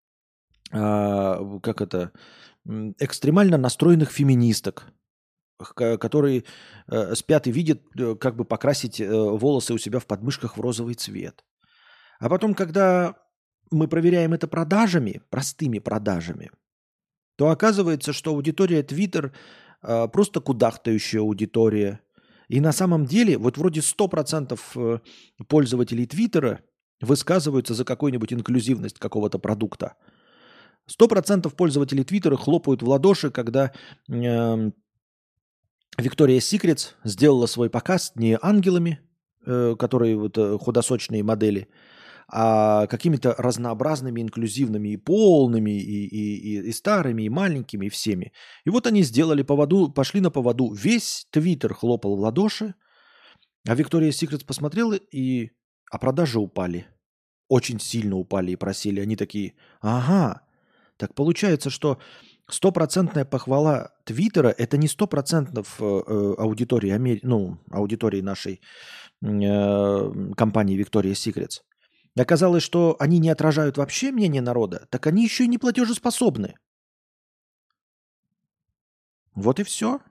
экстремально настроенных феминисток, которые спят и видят, как бы покрасить волосы у себя в подмышках в розовый цвет. А потом, когда мы проверяем это продажами, простыми продажами, то оказывается, что аудитория Twitter просто кудахтающая аудитория. И на самом деле, вот вроде 100% пользователей Твиттера высказываются за какую-нибудь инклюзивность какого-то продукта. 100% пользователей Твиттера хлопают в ладоши, когда Victoria's Secret сделала свой показ не ангелами, которые вот худосочные модели, а какими-то разнообразными, инклюзивными и полными, и старыми, и маленькими, и всеми. И вот они сделали поводу, пошли на поводу. Весь Твиттер хлопал в ладоши, а Victoria's Secret посмотрела, а продажи упали. Очень сильно упали и просели. Они такие, ага, так получается, что 100% похвала Твиттера – это не 100% аудитории, аудитории нашей компании Victoria's Secret. Оказалось, что они не отражают вообще мнение народа, так они еще и не платежеспособны. Вот и все.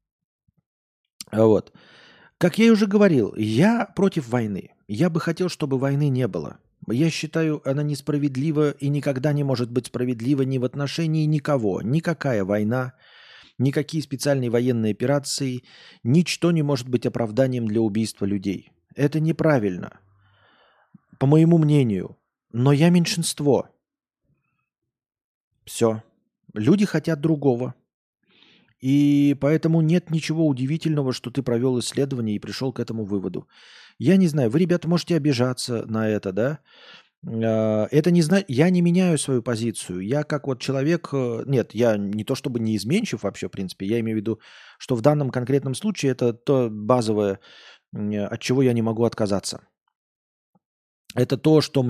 Вот. Как я уже говорил, я против войны. Я бы хотел, чтобы войны не было. Я считаю, она несправедлива и никогда не может быть справедлива ни в отношении никого. Никакая война, никакие специальные военные операции, ничто не может быть оправданием для убийства людей. Это неправильно, по моему мнению. Но я меньшинство. Все. Люди хотят другого. И поэтому нет ничего удивительного, что ты провел исследование и пришел к этому выводу. Я не знаю, вы, ребята, можете обижаться на это, да? Это не знаю, я не меняю свою позицию. Я как вот человек, нет, я не то чтобы не изменчив вообще, в принципе, я имею в виду, что в данном конкретном случае это то базовое, от чего я не могу отказаться. Это то, что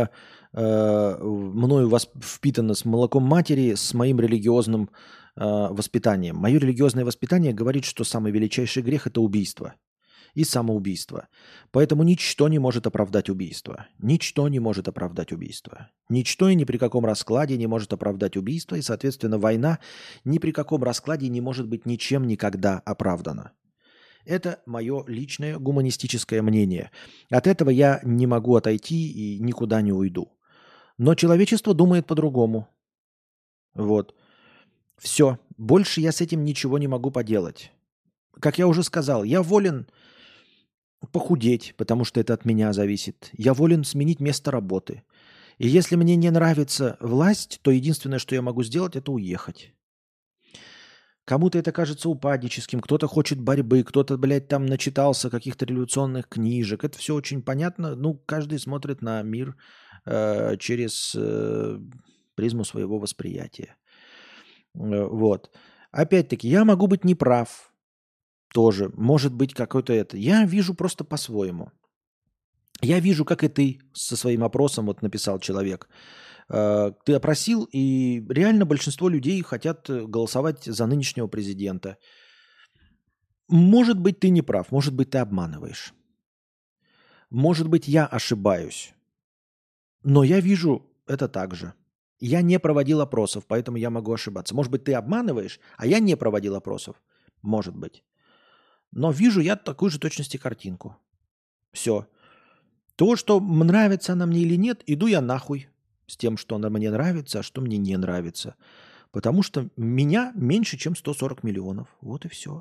мною впитано с молоком матери, с моим религиозным воспитанием. Мое религиозное воспитание говорит, что самый величайший грех – это убийство и самоубийство. Поэтому ничто не может оправдать убийство. Ничто не может оправдать убийство. Ничто и ни при каком раскладе не может оправдать убийство, и, соответственно, война ни при каком раскладе не может быть ничем никогда оправдана. Это мое личное гуманистическое мнение. От этого я не могу отойти и никуда не уйду. Но человечество думает по-другому. Вот. Все. Больше я с этим ничего не могу поделать. Как я уже сказал, я волен похудеть, потому что это от меня зависит. Я волен сменить место работы. И если мне не нравится власть, то единственное, что я могу сделать, это уехать. Кому-то это кажется упадническим, кто-то хочет борьбы, кто-то, блядь, там начитался каких-то революционных книжек. Это все очень понятно. Ну, каждый смотрит на мир через призму своего восприятия. Вот. Опять-таки, я могу быть неправ тоже. Может быть, какой-то это. Я вижу просто по-своему. Я вижу, как и ты со своим опросом, вот написал человек. Ты опросил, и реально большинство людей хотят голосовать за нынешнего президента. Может быть, ты не прав, может быть, ты обманываешь. Может быть, я ошибаюсь, но я вижу это так же. Я не проводил опросов, поэтому я могу ошибаться. Может быть, ты обманываешь, а я не проводил опросов. Может быть. Но вижу я такую же точности картинку. Все. То, что нравится она мне или нет, иду я нахуй с тем, что она мне нравится, а что мне не нравится. Потому что меня меньше, чем 140 миллионов. Вот и все.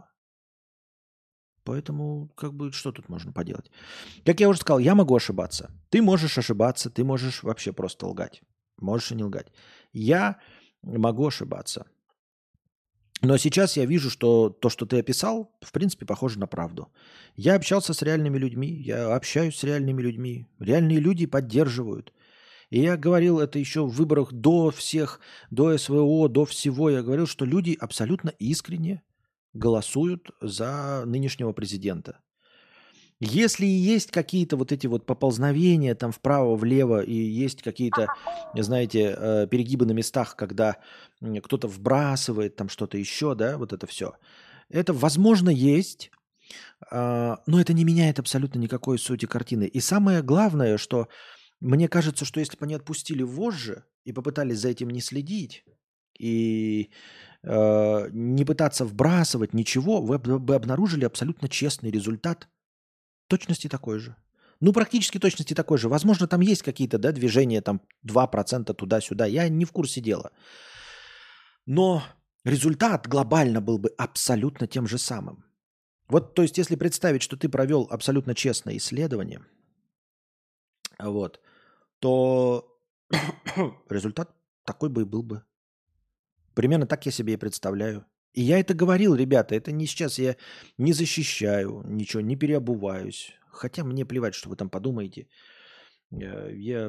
Поэтому, как бы, что тут можно поделать? Как я уже сказал, я могу ошибаться. Ты можешь ошибаться, ты можешь вообще просто лгать. Можешь и не лгать. Я могу ошибаться. Но сейчас я вижу, что то, что ты описал, в принципе, похоже на правду. Я общался с реальными людьми, я общаюсь с реальными людьми. Реальные люди поддерживают. И я говорил это еще в выборах до всех, до СВО, до всего. Я говорил, что люди абсолютно искренне голосуют за нынешнего президента. Если и есть какие-то вот эти вот поползновения там вправо-влево, и есть какие-то, знаете, перегибы на местах, когда кто-то вбрасывает там что-то еще, да, вот это все. Это, возможно, есть, но это не меняет абсолютно никакой сути картины. И самое главное, что мне кажется, что если бы они отпустили вожжи и попытались за этим не следить, и не пытаться вбрасывать ничего, вы бы обнаружили абсолютно честный результат. Точности такой же. Ну, практически точности такой же. Возможно, там есть какие-то, да, движения, там 2% туда-сюда. Я не в курсе дела. Но результат глобально был бы абсолютно тем же самым. Вот, то есть, если представить, что ты провел абсолютно честное исследование, вот, то результат такой бы и был бы. Примерно так я себе и представляю. И я это говорил, ребята, это не сейчас я не защищаю ничего, не переобуваюсь. Хотя мне плевать, что вы там подумаете. Я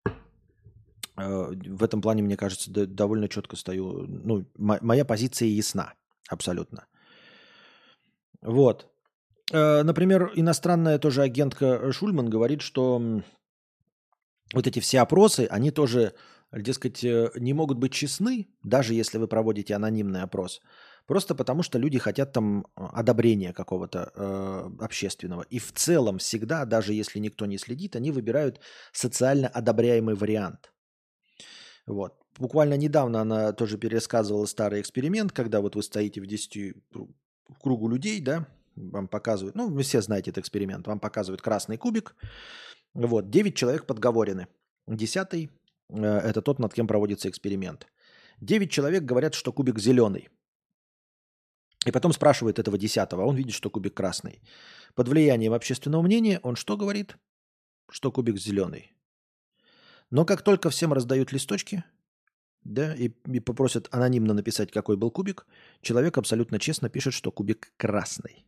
в этом плане, мне кажется, довольно четко стою. Ну, моя позиция ясна, абсолютно. Вот. Например, иностранная тоже агентка Шульман говорит, что вот эти все опросы, они тоже, дескать, не могут быть честны, даже если вы проводите анонимный опрос, просто потому что люди хотят там одобрения какого-то общественного. И в целом всегда, даже если никто не следит, они выбирают социально одобряемый вариант. Вот. Буквально недавно она тоже пересказывала старый эксперимент, когда вот вы стоите в кругу людей, да, вам показывают, ну, вы все знаете этот эксперимент, вам показывают красный кубик, вот, 9 человек подговорены. 10 это тот, над кем проводится эксперимент. 9 человек говорят, что кубик зеленый. И потом спрашивает этого 10-го, а он видит, что кубик красный. Под влиянием общественного мнения он что говорит? Что кубик зеленый. Но как только всем раздают листочки, да, и попросят анонимно написать, какой был кубик, человек абсолютно честно пишет, что кубик красный.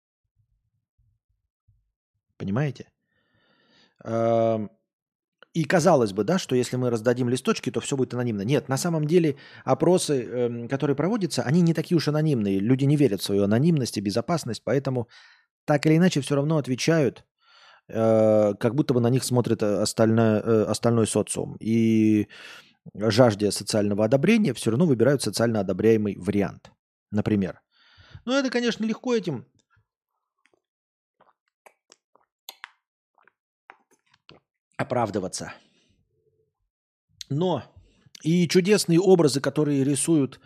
Понимаете? И казалось бы, да, что если мы раздадим листочки, то все будет анонимно. Нет, на самом деле опросы, которые проводятся, они не такие уж анонимные. Люди не верят в свою анонимность и безопасность, поэтому так или иначе все равно отвечают, как будто бы на них смотрит остальной социум. И жажде социального одобрения все равно выбирают социально одобряемый вариант. Например. Ну, это, конечно, легко этим оправдываться. Но и чудесные образы, которые рисуют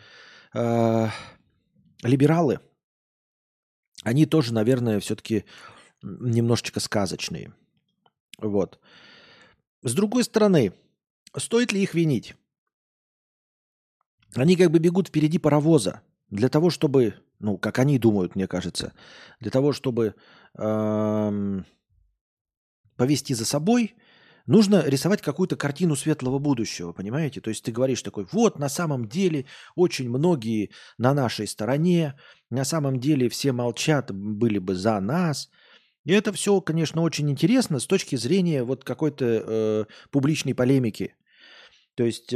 либералы, они тоже, наверное, все-таки немножечко сказочные. Вот. С другой стороны, стоит ли их винить? Они как бы бегут впереди паровоза для того, чтобы, ну, как они думают, мне кажется, для того, чтобы повести за собой, нужно рисовать какую-то картину светлого будущего, понимаете? То есть ты говоришь такой, вот на самом деле очень многие на нашей стороне, на самом деле все молчат, были бы за нас. И это все, конечно, очень интересно с точки зрения вот какой-то публичной полемики. То есть,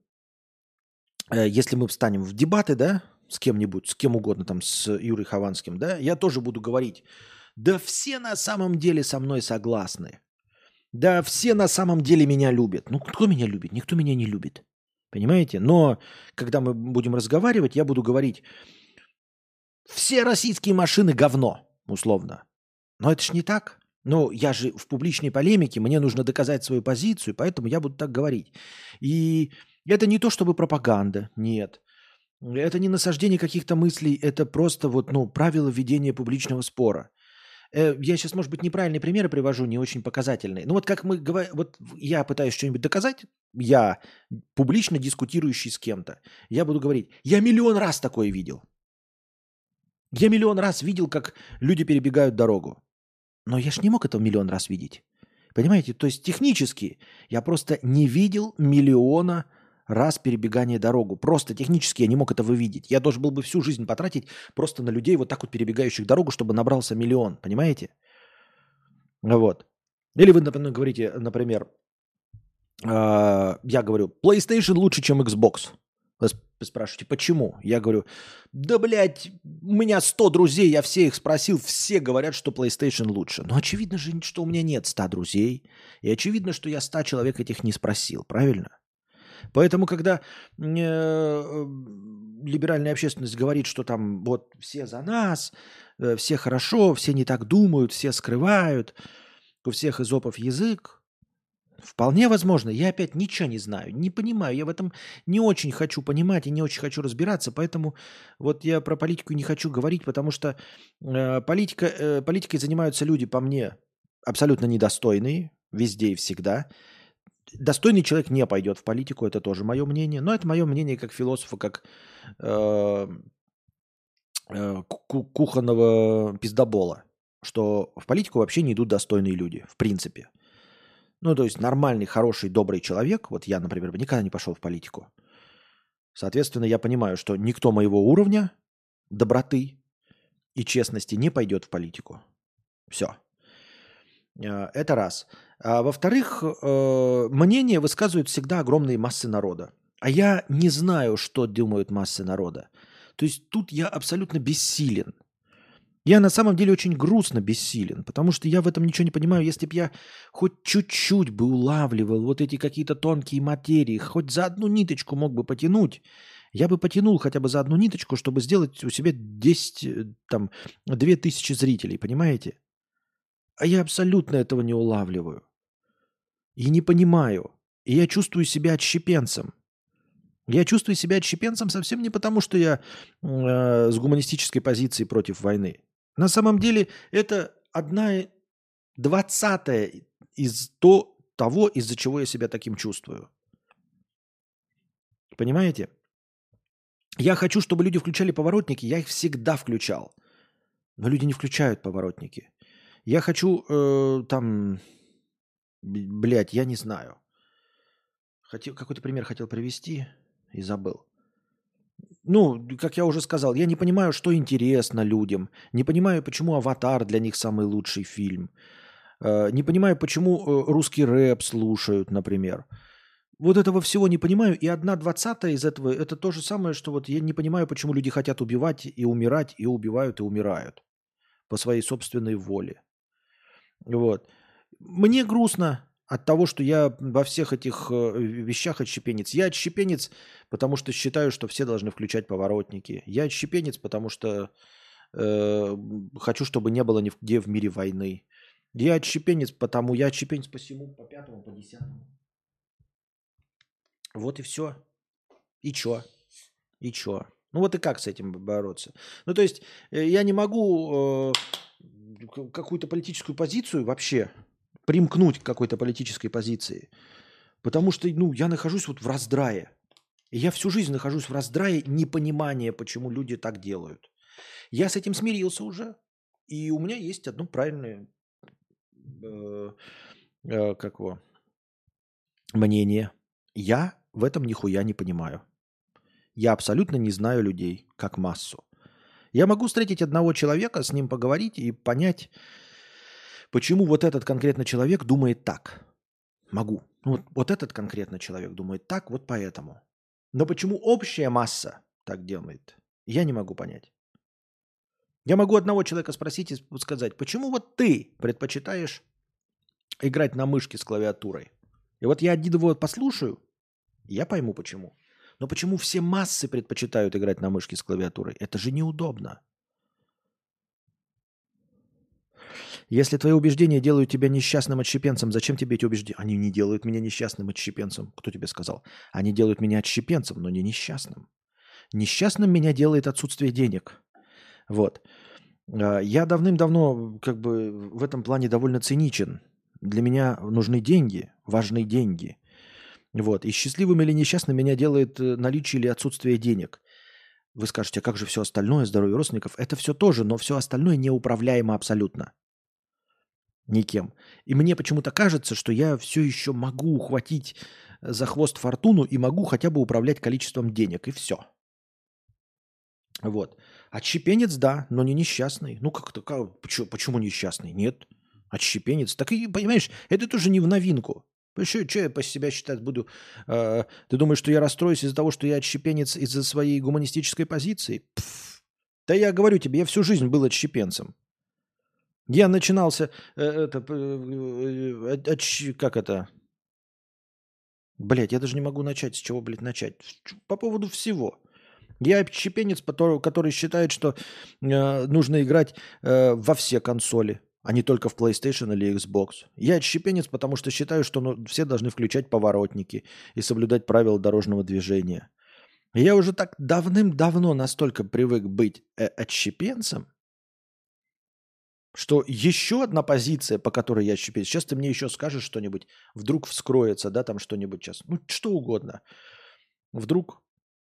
если мы встанем в дебаты, да, с кем-нибудь, с кем угодно, там, с Юрой Хованским, да, я тоже буду говорить, да все на самом деле со мной согласны. Да все на самом деле меня любят. Ну, кто меня любит? Никто меня не любит. Понимаете? Но когда мы будем разговаривать, я буду говорить, все российские машины говно, условно. Но это ж не так. Но я же в публичной полемике, мне нужно доказать свою позицию, поэтому я буду так говорить. И это не то чтобы пропаганда, нет. Это не насаждение каких-то мыслей, это просто вот, ну, правила ведения публичного спора. Я сейчас, может быть, неправильные примеры привожу, не очень показательные. Ну вот как мы говорим, вот я пытаюсь что-нибудь доказать, я публично дискутирующий с кем-то, я буду говорить, я миллион раз такое видел. Я миллион раз видел, как люди перебегают дорогу. Но я ж не мог этого миллион раз видеть. Понимаете? То есть технически я просто не видел миллиона раз перебегания дорогу. Просто технически я не мог этого видеть. Я должен был бы всю жизнь потратить просто на людей, вот так вот перебегающих дорогу, чтобы набрался миллион. Понимаете? Вот. Или вы, например, говорите, например, я говорю, PlayStation лучше, чем Xbox. Вы спрашиваете, почему? Я говорю, да, блядь, у меня 100 друзей, я все их спросил, все говорят, что PlayStation лучше. Но очевидно же, что у меня нет 100 друзей. И очевидно, что я 100 человек этих не спросил, правильно? Поэтому, когда либеральная общественность говорит, что там вот все за нас, все хорошо, все не так думают, все скрывают, у всех изопов язык, вполне возможно. Я опять ничего не знаю, не понимаю. Я в этом не очень хочу понимать и не очень хочу разбираться. Поэтому вот я про политику не хочу говорить, потому что политикой занимаются люди, по мне, абсолютно недостойные, везде и всегда. Достойный человек не пойдет в политику, это тоже мое мнение. Но это мое мнение как философа, как кухонного пиздобола, что в политику вообще не идут достойные люди, в принципе. Ну, то есть нормальный, хороший, добрый человек, вот я, например, бы никогда не пошел в политику. Соответственно, я понимаю, что никто моего уровня доброты и честности не пойдет в политику. Все. Это раз. А во-вторых, мнение высказывают всегда огромные массы народа. А я не знаю, что думают массы народа. То есть тут я абсолютно бессилен. Я на самом деле очень грустно бессилен, потому что я в этом ничего не понимаю. Если бы я хоть чуть-чуть бы улавливал вот эти какие-то тонкие материи, хоть за одну ниточку мог бы потянуть, я бы потянул хотя бы за одну ниточку, чтобы сделать у себя 10, там, 2000 зрителей, понимаете? А я абсолютно этого не улавливаю. И не понимаю. И я чувствую себя отщепенцем. Я чувствую себя отщепенцем совсем не потому, что я с гуманистической позиции против войны. На самом деле это 1/20 из того, из-за чего я себя таким чувствую. Понимаете? Я хочу, чтобы люди включали поворотники. Я их всегда включал. Но люди не включают поворотники. Я хочу блядь, я не знаю. Какой-то пример хотел привести и забыл. Ну, как я уже сказал, я не понимаю, что интересно людям. Не понимаю, почему «Аватар» для них самый лучший фильм. Не понимаю, почему русский рэп слушают, например. Вот этого всего не понимаю. И 1/20 из этого – это то же самое, что вот я не понимаю, почему люди хотят убивать и умирать, и убивают, и умирают по своей собственной воле. Вот. Мне грустно от того, что я во всех этих вещах отщепенец. Я отщепенец, потому что считаю, что все должны включать поворотники. Я отщепенец, потому что хочу, чтобы не было нигде в мире войны. Я отщепенец по всему, по 5-му, по 10-му. Вот и все. И чё? И чё? Ну вот и как с этим бороться? Ну то есть я не могу какую-то политическую позицию вообще примкнуть к какой-то политической позиции. Потому что, ну, я нахожусь вот в раздрае. И я всю жизнь нахожусь в раздрае непонимания, почему люди так делают. Я с этим смирился уже. И у меня есть одно правильное мнение. Я в этом нихуя не понимаю. Я абсолютно не знаю людей, как массу. Я могу встретить одного человека, с ним поговорить и понять, почему вот этот конкретно человек думает так. Могу. Ну, вот этот конкретно человек думает так, вот поэтому. Но почему общая масса так делает, я не могу понять. Я могу одного человека спросить и сказать, почему вот ты предпочитаешь играть на мышке с клавиатурой? И вот я один его послушаю, и я пойму почему. Но почему все массы предпочитают играть на мышке с клавиатурой? Это же неудобно. Если твои убеждения делают тебя несчастным отщепенцем, зачем тебе эти убеждения? Они не делают меня несчастным отщепенцем. Кто тебе сказал? Они делают меня отщепенцем, но не несчастным. Несчастным меня делает отсутствие денег. Вот. Я давным-давно как бы в этом плане довольно циничен. Для меня нужны деньги, важны деньги. Вот. И счастливым или несчастным меня делает наличие или отсутствие денег. Вы скажете, а как же все остальное, здоровье родственников? Это все тоже, но все остальное неуправляемо абсолютно. Никем. И мне почему-то кажется, что я все еще могу ухватить за хвост фортуну и могу хотя бы управлять количеством денег, и все. Вот. Отщепенец, да, но не несчастный. Ну как-то, почему несчастный? Нет. Отщепенец. Так и, понимаешь, это тоже не в новинку. Что я по себя считать буду? Ты думаешь, что я расстроюсь из-за того, что я отщепенец из-за своей гуманистической позиции? Да я говорю тебе, я всю жизнь был отщепенцем. Я начинался... как это? Блять, я даже не могу начать. С чего, блядь, начать? По поводу всего. Я отщепенец, который считает, что нужно играть во все консоли, а не только в PlayStation или Xbox. Я отщепенец, потому что считаю, что все должны включать поворотники и соблюдать правила дорожного движения. Я уже так давным-давно настолько привык быть отщепенцем, что еще одна позиция, по которой я отщепенец. Сейчас ты мне еще скажешь что-нибудь, вдруг вскроется, да, там что-нибудь сейчас. Ну, что угодно. Вдруг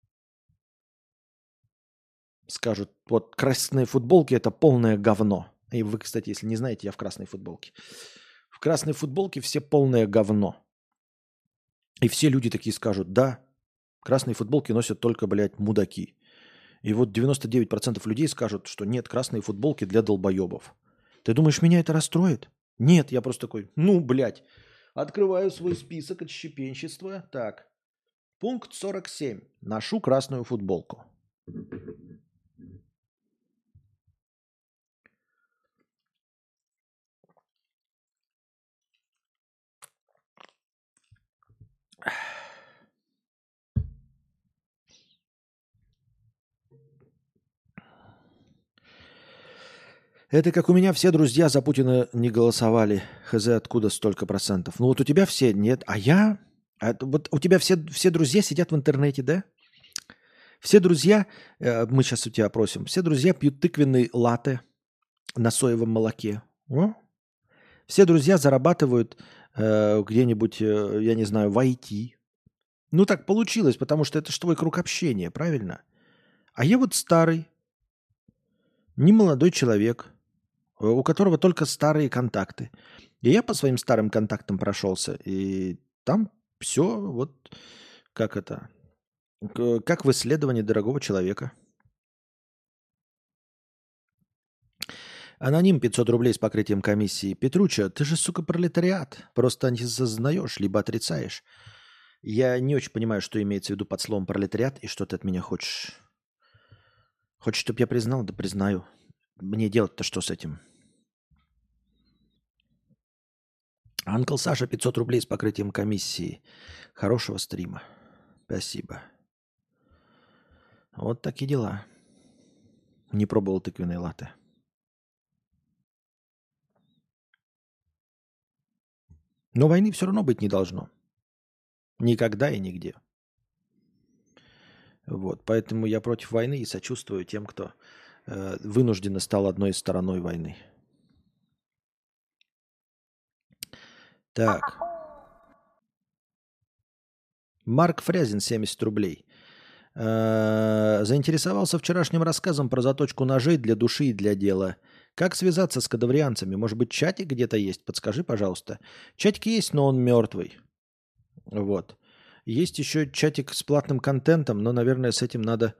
скажут, вот красные футболки – это полное говно. И вы, кстати, если не знаете, я в красной футболке. В красной футболке все полное говно. И все люди такие скажут, да, красные футболки носят только, блядь, мудаки. И вот 99% людей скажут, что нет, красные футболки для долбоебов. Ты думаешь, меня это расстроит? Нет, я просто такой, ну, блядь. Открываю свой список отщепенчества. Так, пункт 47. Ношу красную футболку. Это как у меня все друзья за Путина не голосовали. Хз, откуда столько процентов? Ну вот у тебя все нет, а я... вот у тебя все друзья сидят в интернете, да? Все друзья, мы сейчас у тебя опросим, все друзья пьют тыквенный латте на соевом молоке. О? Все друзья зарабатывают где-нибудь, я не знаю, в IT. Ну так получилось, потому что это же твой круг общения, правильно? А я вот старый, немолодой человек, у которого только старые контакты. И я по своим старым контактам прошелся, и там все вот как это, как в исследовании дорогого человека. Аноним 500 рублей с покрытием комиссии. Петруча, ты же, сука, пролетариат. Просто не сознаешь, либо отрицаешь. Я не очень понимаю, что имеется в виду под словом пролетариат и что ты от меня хочешь. Хочешь, чтобы я признал? Да признаю. Мне делать-то что с этим? Анкл Саша 500 рублей с покрытием комиссии. Хорошего стрима. Спасибо. Вот такие дела. Не пробовал тыквенные латте. Но войны все равно быть не должно. Никогда и нигде. Вот. Поэтому я против войны и сочувствую тем, кто вынужденно стал одной из стороной войны. Так. Марк Фрязин, 70 рублей. Заинтересовался вчерашним рассказом про заточку ножей для души и для дела. Как связаться с кадаврианцами? Может быть, чатик где-то есть? Подскажи, пожалуйста. Чатик есть, но он мертвый. Вот. Есть еще чатик с платным контентом, но, наверное, с этим надо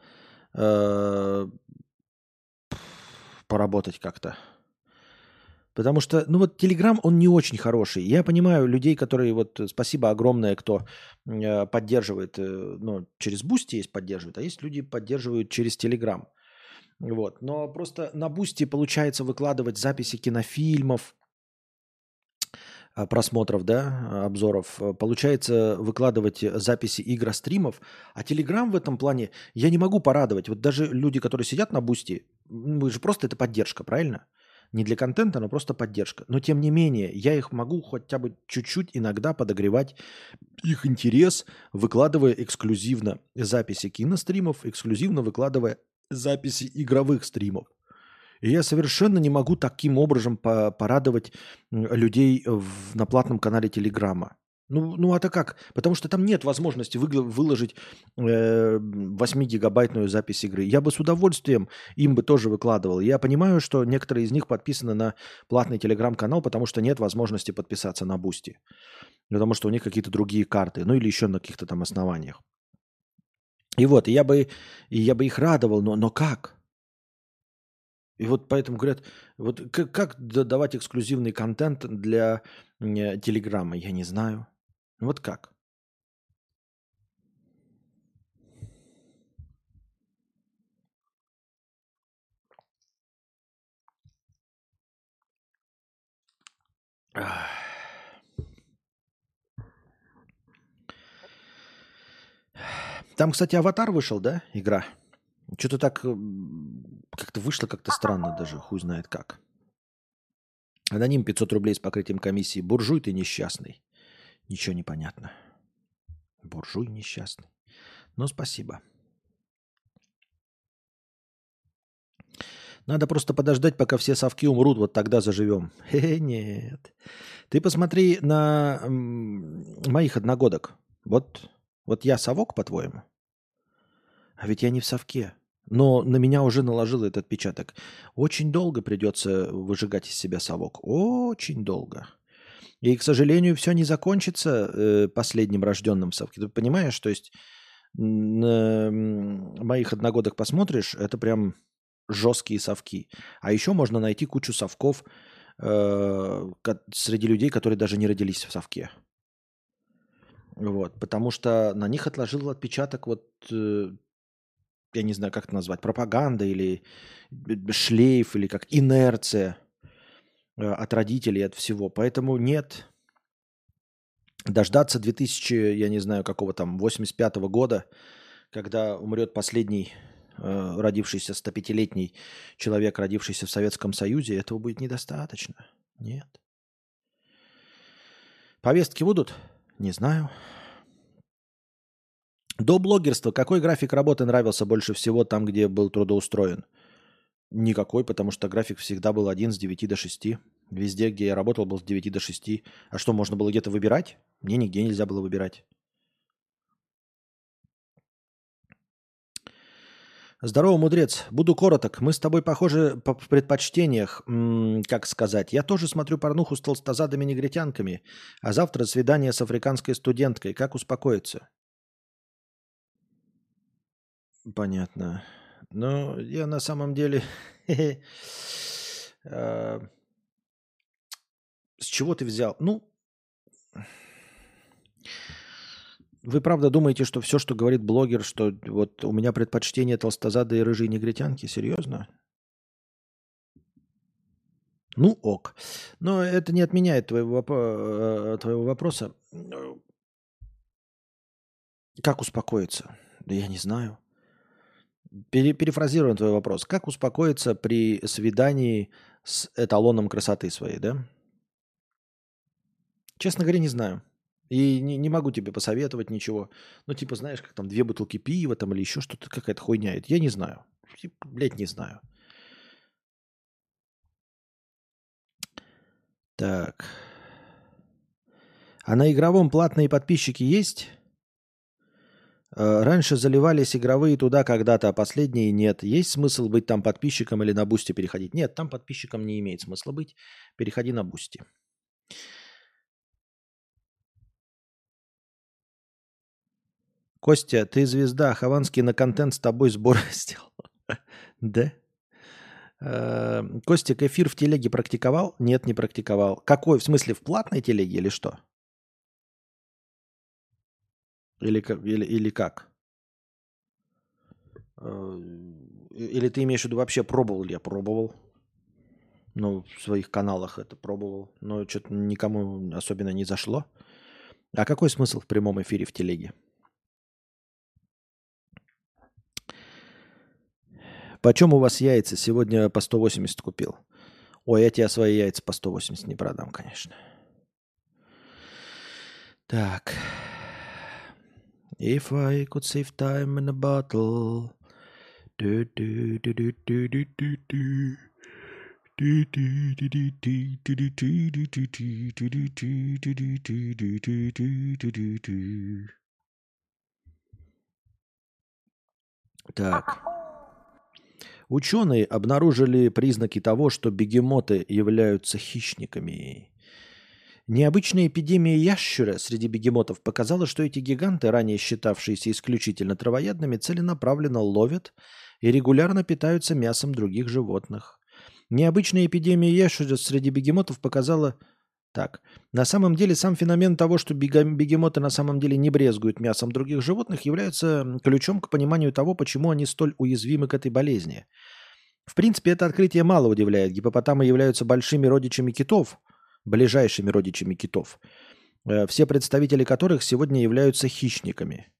поработать как-то. Потому что, ну вот Telegram, он не очень хороший. Я понимаю людей, которые, вот спасибо огромное, кто поддерживает, ну, через Boosty есть поддерживает, а есть люди, поддерживают через Telegram. Вот. Но просто на Boosty получается выкладывать записи кинофильмов, просмотров, да, обзоров. Получается выкладывать записи игростримов. А Telegram в этом плане я не могу порадовать. Вот даже люди, которые сидят на Boosty, мы же просто это поддержка, правильно? Не для контента, но просто поддержка. Но тем не менее, я их могу хотя бы чуть-чуть иногда подогревать их интерес, выкладывая эксклюзивно записи киностримов, эксклюзивно выкладывая записи игровых стримов. И я совершенно не могу таким образом порадовать людей на платном канале Телеграма. Ну, это как? Потому что там нет возможности выложить 8-гигабайтную запись игры. Я бы с удовольствием им бы тоже выкладывал. Я понимаю, что некоторые из них подписаны на платный Телеграм-канал, потому что нет возможности подписаться на Бусти. Потому что у них какие-то другие карты. Ну или еще на каких-то там основаниях. И вот, и я бы их радовал, но как? И вот поэтому говорят, вот как давать эксклюзивный контент для Телеграма? Я не знаю. Вот как? Ах. Там, кстати, Аватар вышел, да, игра? Что-то так как-то вышло как-то странно даже, хуй знает как. Аноним 500 рублей с покрытием комиссии. Буржуй ты несчастный. Ничего не понятно. Буржуй несчастный. Ну, спасибо. Надо просто подождать, пока все совки умрут, вот тогда заживем. Хе-хе, нет. Ты посмотри на моих одногодок. Вот я совок, по-твоему? А ведь я не в совке. Но на меня уже наложил этот отпечаток. Очень долго придется выжигать из себя совок. Очень долго. И, к сожалению, все не закончится последним рожденным в совке. Ты понимаешь, то есть на моих одногодок посмотришь, это прям жесткие совки. А еще можно найти кучу совков среди людей, которые даже не родились в совке. Вот, потому что на них отложил отпечаток я не знаю, как это назвать, пропаганда или шлейф, или как инерция от родителей, от всего. Поэтому нет, дождаться 2000, я не знаю, какого там, 85-го года, когда умрет последний родившийся 105-летний человек, родившийся в Советском Союзе, этого будет недостаточно. Нет. Повестки будут? Не знаю. До блогерства какой график работы нравился больше всего там, где был трудоустроен? Никакой, потому что график всегда был один с 9 до 6. Везде, где я работал, был с 9 до 6. А что, можно было где-то выбирать? Мне нигде нельзя было выбирать. Здорово, мудрец. Буду короток. Мы с тобой похожи в предпочтениях. Как сказать? Я тоже смотрю порнуху с толстозадыми негритянками, а завтра свидание с африканской студенткой. Как успокоиться? Понятно. Но я на самом деле... С чего ты взял? Ну, вы правда думаете, что все, что говорит блогер, что вот у меня предпочтение толстозадые рыжие негритянки? Серьезно? Ну ок. Но это не отменяет твоего вопроса. Как успокоиться? Да я не знаю. Перефразируем твой вопрос. Как успокоиться при свидании с эталоном красоты своей, да? Честно говоря, не знаю. И не могу тебе посоветовать ничего. Ну, типа, знаешь, как там 2 бутылки пива там или еще что-то, какая-то хуйня. Это я не знаю. Блять, не знаю. Так. А на игровом платные подписчики есть? Раньше заливались игровые туда когда-то, а последние нет. Есть смысл быть там подписчиком или на Бусти переходить? Нет, там подписчиком не имеет смысла быть. Переходи на Бусти. Костя, ты звезда. Хованский на контент с тобой сбор сделал. Да? Костик, эфир в телеге практиковал? Нет, не практиковал. Какой? В смысле, в платной телеге или что? Или как? Э, Или ты имеешь в виду вообще пробовал ли? Я пробовал. Ну, в своих каналах это пробовал. Но что-то никому особенно не зашло. А какой смысл в прямом эфире в телеге? Почем у вас яйца? Сегодня по 180 купил. Ой, я тебе свои яйца по 180 не продам, конечно. Так. If I could save time in a bottle. Так. Ученые обнаружили признаки того, что бегемоты являются хищниками. Необычная эпидемия ящера среди бегемотов показала, что эти гиганты, ранее считавшиеся исключительно травоядными, целенаправленно ловят и регулярно питаются мясом других животных. Необычная эпидемия ящера среди бегемотов показала... Так, на самом деле сам феномен того, что бегемоты на самом деле не брезгуют мясом других животных, является ключом к пониманию того, почему они столь уязвимы к этой болезни. В принципе, это открытие мало удивляет. Гипопотамы являются большими родичами китов, ближайшими родичами китов, все представители которых сегодня являются хищниками.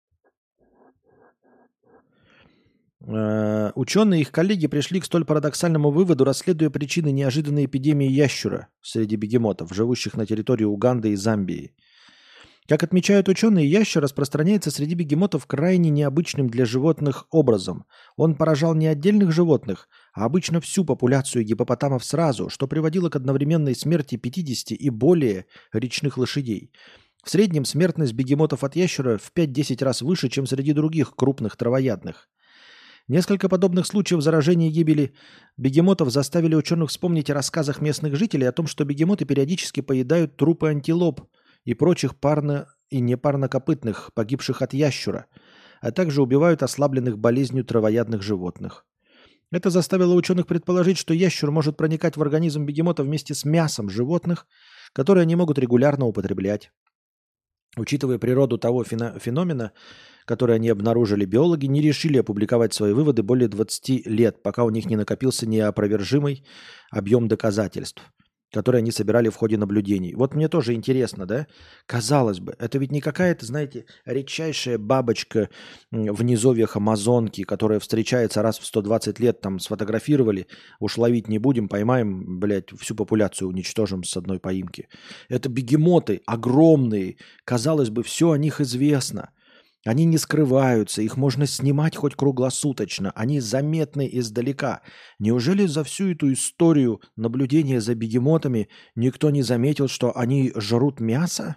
Ученые и их коллеги пришли к столь парадоксальному выводу, расследуя причины неожиданной эпидемии ящура среди бегемотов, живущих на территории Уганды и Замбии. Как отмечают ученые, ящер распространяется среди бегемотов крайне необычным для животных образом. Он поражал не отдельных животных, а обычно всю популяцию гипопотамов сразу, что приводило к одновременной смерти 50 и более речных лошадей. В среднем смертность бегемотов от ящера в 5-10 раз выше, чем среди других крупных травоядных. Несколько подобных случаев заражения и гибели бегемотов заставили ученых вспомнить о рассказах местных жителей о том, что бегемоты периодически поедают трупы антилоп и прочих парно- и непарнокопытных, погибших от ящура, а также убивают ослабленных болезнью травоядных животных. Это заставило ученых предположить, что ящур может проникать в организм бегемота вместе с мясом животных, которые они могут регулярно употреблять. Учитывая природу того феномена, который они обнаружили, биологи не решили опубликовать свои выводы более 20 лет, пока у них не накопился неопровержимый объем доказательств, которые они собирали в ходе наблюдений. Вот мне тоже интересно, да? Казалось бы, это ведь не какая-то, знаете, редчайшая бабочка в низовьях Амазонки, которая встречается раз в 120 лет, там сфотографировали, уж ловить не будем, поймаем, блядь, всю популяцию уничтожим с одной поимки. Это бегемоты огромные, казалось бы, все о них известно. Они не скрываются, их можно снимать хоть круглосуточно, они заметны издалека. Неужели за всю эту историю наблюдения за бегемотами никто не заметил, что они жрут мясо?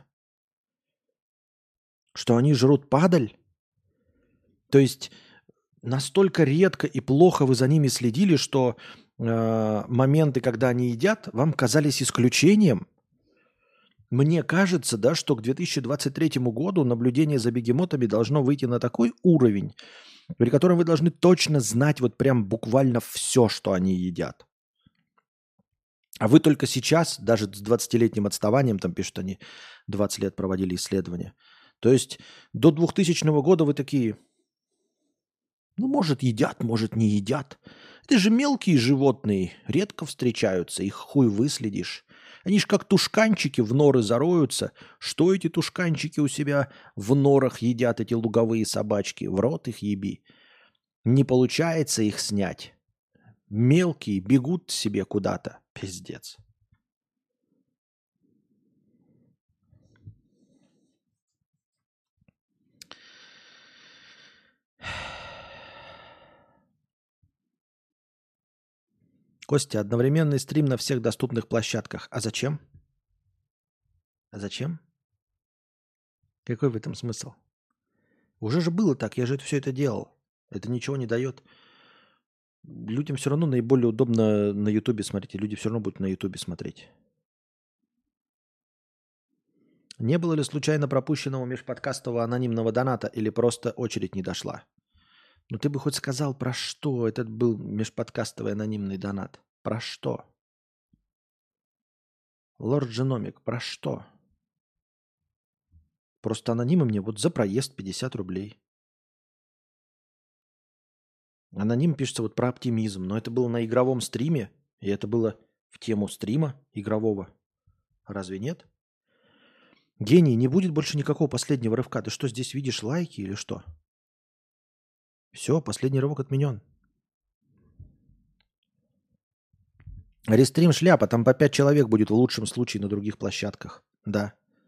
Что они жрут падаль? То есть настолько редко и плохо вы за ними следили, что моменты, когда они едят, вам казались исключением? Мне кажется, да, что к 2023 году наблюдение за бегемотами должно выйти на такой уровень, при котором вы должны точно знать вот прям буквально все, что они едят. А вы только сейчас, даже с 20-летним отставанием, там пишут они, 20 лет проводили исследования. То есть до 2000 года вы такие, ну, может, едят, может, не едят. Это же мелкие животные, редко встречаются, их хуй выследишь. Они ж как тушканчики в норы зароются. Что эти тушканчики у себя в норах едят, эти луговые собачки? В рот их еби. Не получается их снять. Мелкие бегут себе куда-то. Пиздец. Костя, одновременный стрим на всех доступных площадках. А зачем? А зачем? Какой в этом смысл? Уже же было так, я же все это делал. Это ничего не дает. Людям все равно наиболее удобно на Ютубе смотреть, и люди все равно будут на Ютубе смотреть. Не было ли случайно пропущенного межподкастового анонимного доната или просто очередь не дошла? Ну ты бы хоть сказал, про что этот был межподкастовый анонимный донат. Про что? Лорд Женомик, про что? Просто анонимы мне вот за проезд 50 рублей. Аноним пишется вот про оптимизм, но это было на игровом стриме, и это было в тему стрима игрового. Разве нет? Гений, не будет больше никакого последнего рывка. Ты что, здесь видишь лайки или что? Все, последний рывок отменен. Рестрим шляпа, там по 5 человек будет в лучшем случае на других площадках. Да.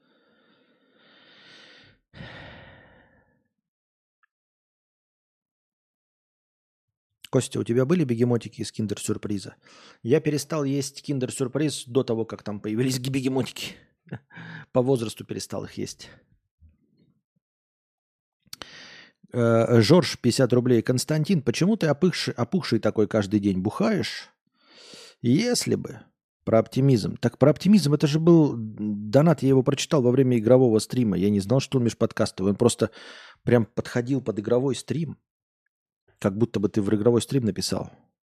Костя, у тебя были бегемотики из киндер-сюрприза? Я перестал есть киндер-сюрприз до того, как там появились бегемотики. По возрасту перестал их есть. Жорж, 50 рублей. Константин, почему ты опухший такой каждый день? Бухаешь? Если бы. Про оптимизм. Так про оптимизм это же был донат, я его прочитал во время игрового стрима. Я не знал, что он межподкастовый. Он просто прям подходил под игровой стрим. Как будто бы ты в игровой стрим написал.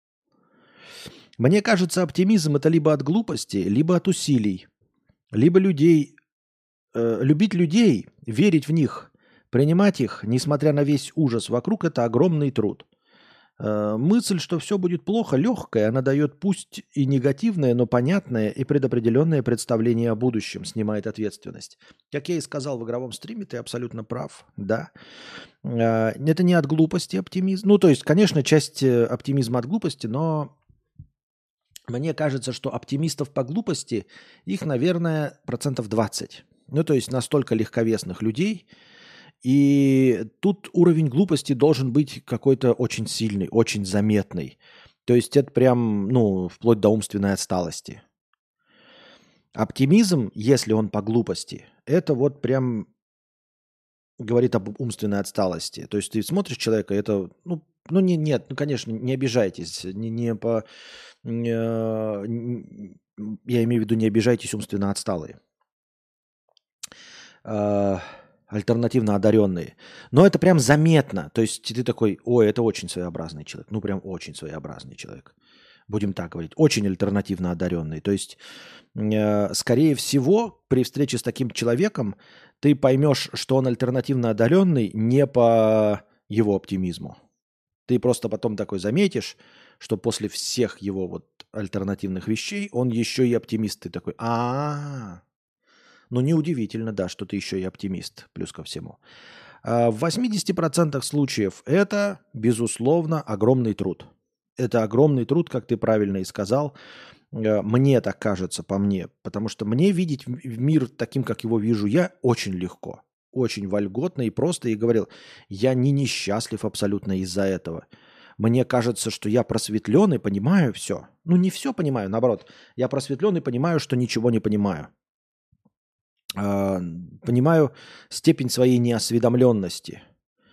Мне кажется, оптимизм это либо от глупости, либо от усилий. Либо любить людей, верить в них, принимать их, несмотря на весь ужас вокруг, это огромный труд. Мысль, что все будет плохо, легкая, она дает пусть и негативное, но понятное и предопределенное представление о будущем, снимает ответственность. Как я и сказал в игровом стриме, ты абсолютно прав, да. Это не от глупости оптимизм. Ну, то есть, конечно, часть оптимизма от глупости, но мне кажется, что оптимистов по глупости, их, наверное, 20%. Ну, то есть настолько легковесных людей, и тут уровень глупости должен быть какой-то очень сильный, очень заметный. То есть это прям, ну, вплоть до умственной отсталости. Оптимизм, если он по глупости, это вот прям говорит об умственной отсталости. То есть ты смотришь человека, это, нет, ну, конечно, не обижайтесь, не по, я имею в виду, не обижайтесь умственно отсталые. Альтернативно одаренные. Но это прям заметно. То есть ты такой, ой, это очень своеобразный человек. Ну, прям очень своеобразный человек. Будем так говорить. Очень альтернативно одаренный. То есть, скорее всего, при встрече с таким человеком ты поймешь, что он альтернативно одаренный не по его оптимизму. Ты просто потом такой заметишь, что после всех его вот альтернативных вещей он еще и оптимист. Ты такой, ну, неудивительно, да, что ты еще и оптимист, плюс ко всему. В 80% случаев это, безусловно, огромный труд. Это огромный труд, как ты правильно и сказал. Мне так кажется, по мне. Потому что мне видеть мир таким, как его вижу я, очень легко. Очень вольготно и просто. И говорил, я не несчастлив абсолютно из-за этого. Мне кажется, что я просветлен и понимаю все. Ну, не все понимаю, наоборот. Я просветлен и понимаю, что ничего не понимаю. Понимаю степень своей неосведомленности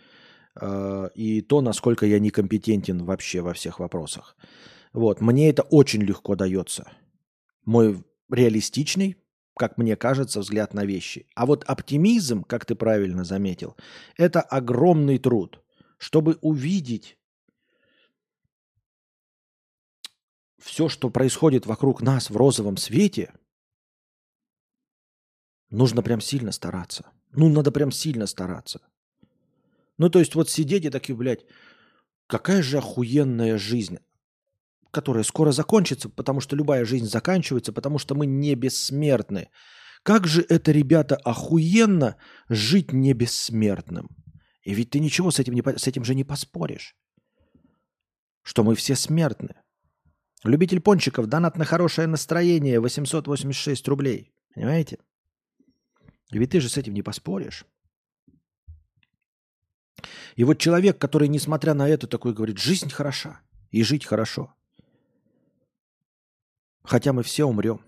и то, насколько я некомпетентен вообще во всех вопросах. Вот. Мне это очень легко дается. Мой реалистичный, как мне кажется, взгляд на вещи. А вот оптимизм, как ты правильно заметил, это огромный труд. Чтобы увидеть все, что происходит вокруг нас в розовом свете, нужно прям сильно стараться. Ну, надо прям сильно стараться. Ну, то есть вот сидеть и такие, блядь, какая же охуенная жизнь, которая скоро закончится, потому что любая жизнь заканчивается, потому что мы не бессмертны. Как же это, ребята, охуенно жить не бессмертным. И ведь ты ничего с этим же не поспоришь, что мы все смертны. Любитель пончиков, донат на хорошее настроение, 886 рублей. Понимаете? И ведь ты же с этим не поспоришь. И вот человек, который, несмотря на это, такой говорит, жизнь хороша и жить хорошо. Хотя мы все умрем.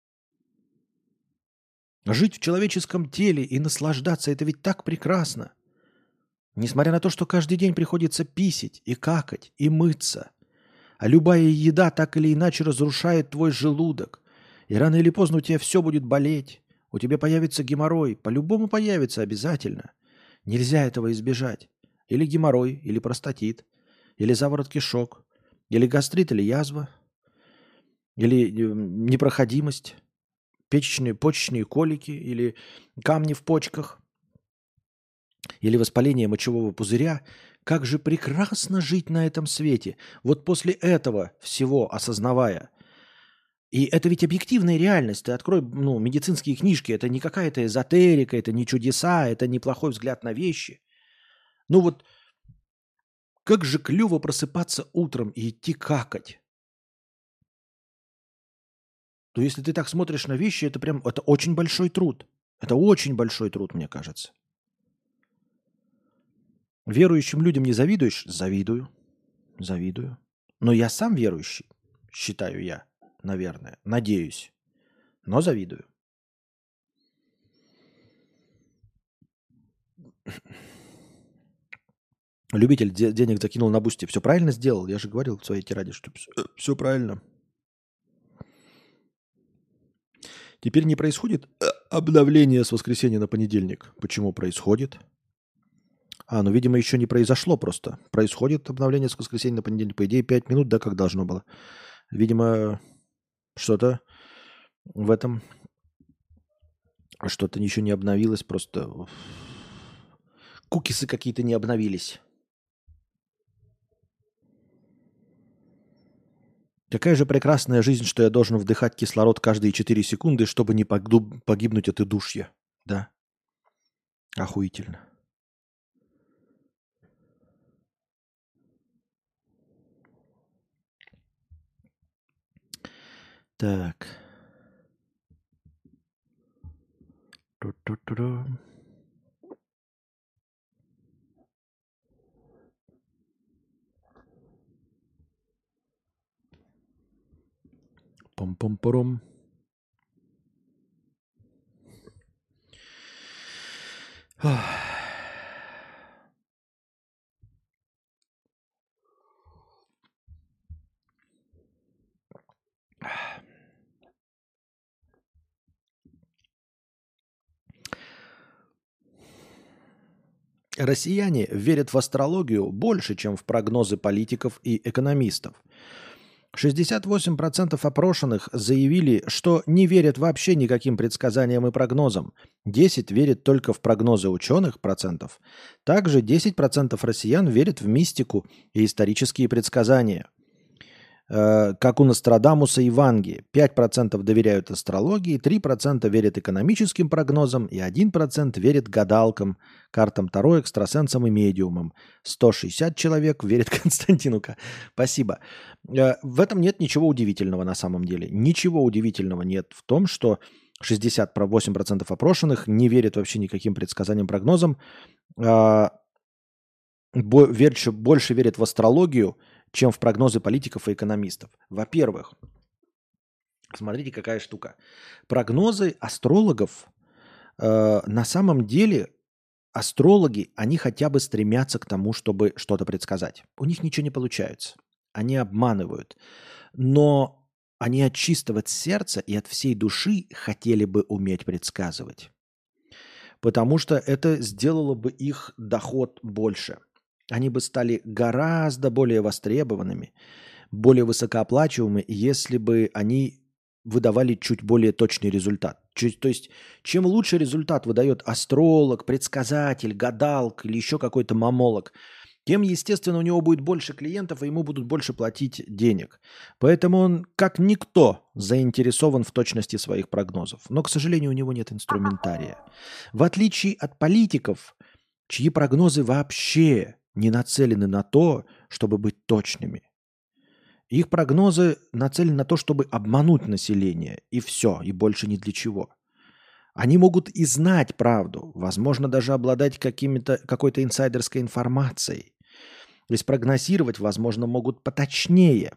Жить в человеческом теле и наслаждаться – это ведь так прекрасно. Несмотря на то, что каждый день приходится писать и какать, и мыться. А любая еда так или иначе разрушает твой желудок. И рано или поздно у тебя все будет болеть. У тебя появится геморрой. По-любому появится обязательно. Нельзя этого избежать. Или геморрой, или простатит, или заворот кишок, или гастрит, или язва, или непроходимость, печечные, почечные колики, или камни в почках, или воспаление мочевого пузыря. Как же прекрасно жить на этом свете. Вот после этого всего осознавая. И это ведь объективная реальность. Ты открой медицинские книжки. Это не какая-то эзотерика, это не чудеса, это не плохой взгляд на вещи. Ну вот как же клево просыпаться утром и идти какать. то если ты так смотришь на вещи, это очень большой труд. Это очень большой труд, мне кажется. Верующим людям не завидуешь? Завидую. Завидую. Но я сам верующий, считаю я, наверное. Надеюсь. Но завидую. Любитель денег закинул на бусти. Все правильно сделал. Я же говорил в своей тираде, что все правильно. Теперь не происходит обновление с воскресенья на понедельник. Почему происходит? Ну, видимо, еще не произошло просто. Происходит обновление с воскресенья на понедельник. По идее, 5 минут, да, как должно было. Видимо, что-то в этом... Что-то еще не обновилось, просто... Кукисы какие-то не обновились. Какая же прекрасная жизнь, что я должен вдыхать кислород каждые 4 секунды, чтобы не погибнуть от удушья. Да. Охуительно. Так. Ту-ту-ту-ду. Пом-пом-пором. Россияне верят в астрологию больше, чем в прогнозы политиков и экономистов. 68% опрошенных заявили, что не верят вообще никаким предсказаниям и прогнозам. 10% верят только в прогнозы ученых процентов. Также 10% россиян верят в мистику и исторические предсказания. Как у Нострадамуса и Ванги. 5% доверяют астрологии, 3% верят экономическим прогнозам и 1% верят гадалкам, картам Таро, экстрасенсам и медиумам. 160 человек верят Константину К. Спасибо. В этом нет ничего удивительного на самом деле. Ничего удивительного нет в том, что 68% опрошенных не верят вообще никаким предсказаниям, прогнозам. Больше верят в астрологию, чем в прогнозы политиков и экономистов. Во-первых, смотрите, какая штука. Прогнозы астрологов, на самом деле, астрологи, они хотя бы стремятся к тому, чтобы что-то предсказать. У них ничего не получается. Они обманывают. Но они от чистого сердца и от всей души хотели бы уметь предсказывать. Потому что это сделало бы их доход больше. Они бы стали гораздо более востребованными, более высокооплачиваемыми, если бы они выдавали чуть более точный результат. То есть, чем лучше результат выдает астролог, предсказатель, гадалка или еще какой-то мамолог, тем, естественно, у него будет больше клиентов, и ему будут больше платить денег. Поэтому он, как никто, заинтересован в точности своих прогнозов. Но, к сожалению, у него нет инструментария. В отличие от политиков, чьи прогнозы вообще не нацелены на то, чтобы быть точными. Их прогнозы нацелены на то, чтобы обмануть население. И все, и больше ни для чего. Они могут и знать правду, возможно, даже обладать какой-то инсайдерской информацией. То есть прогнозировать, возможно, могут поточнее.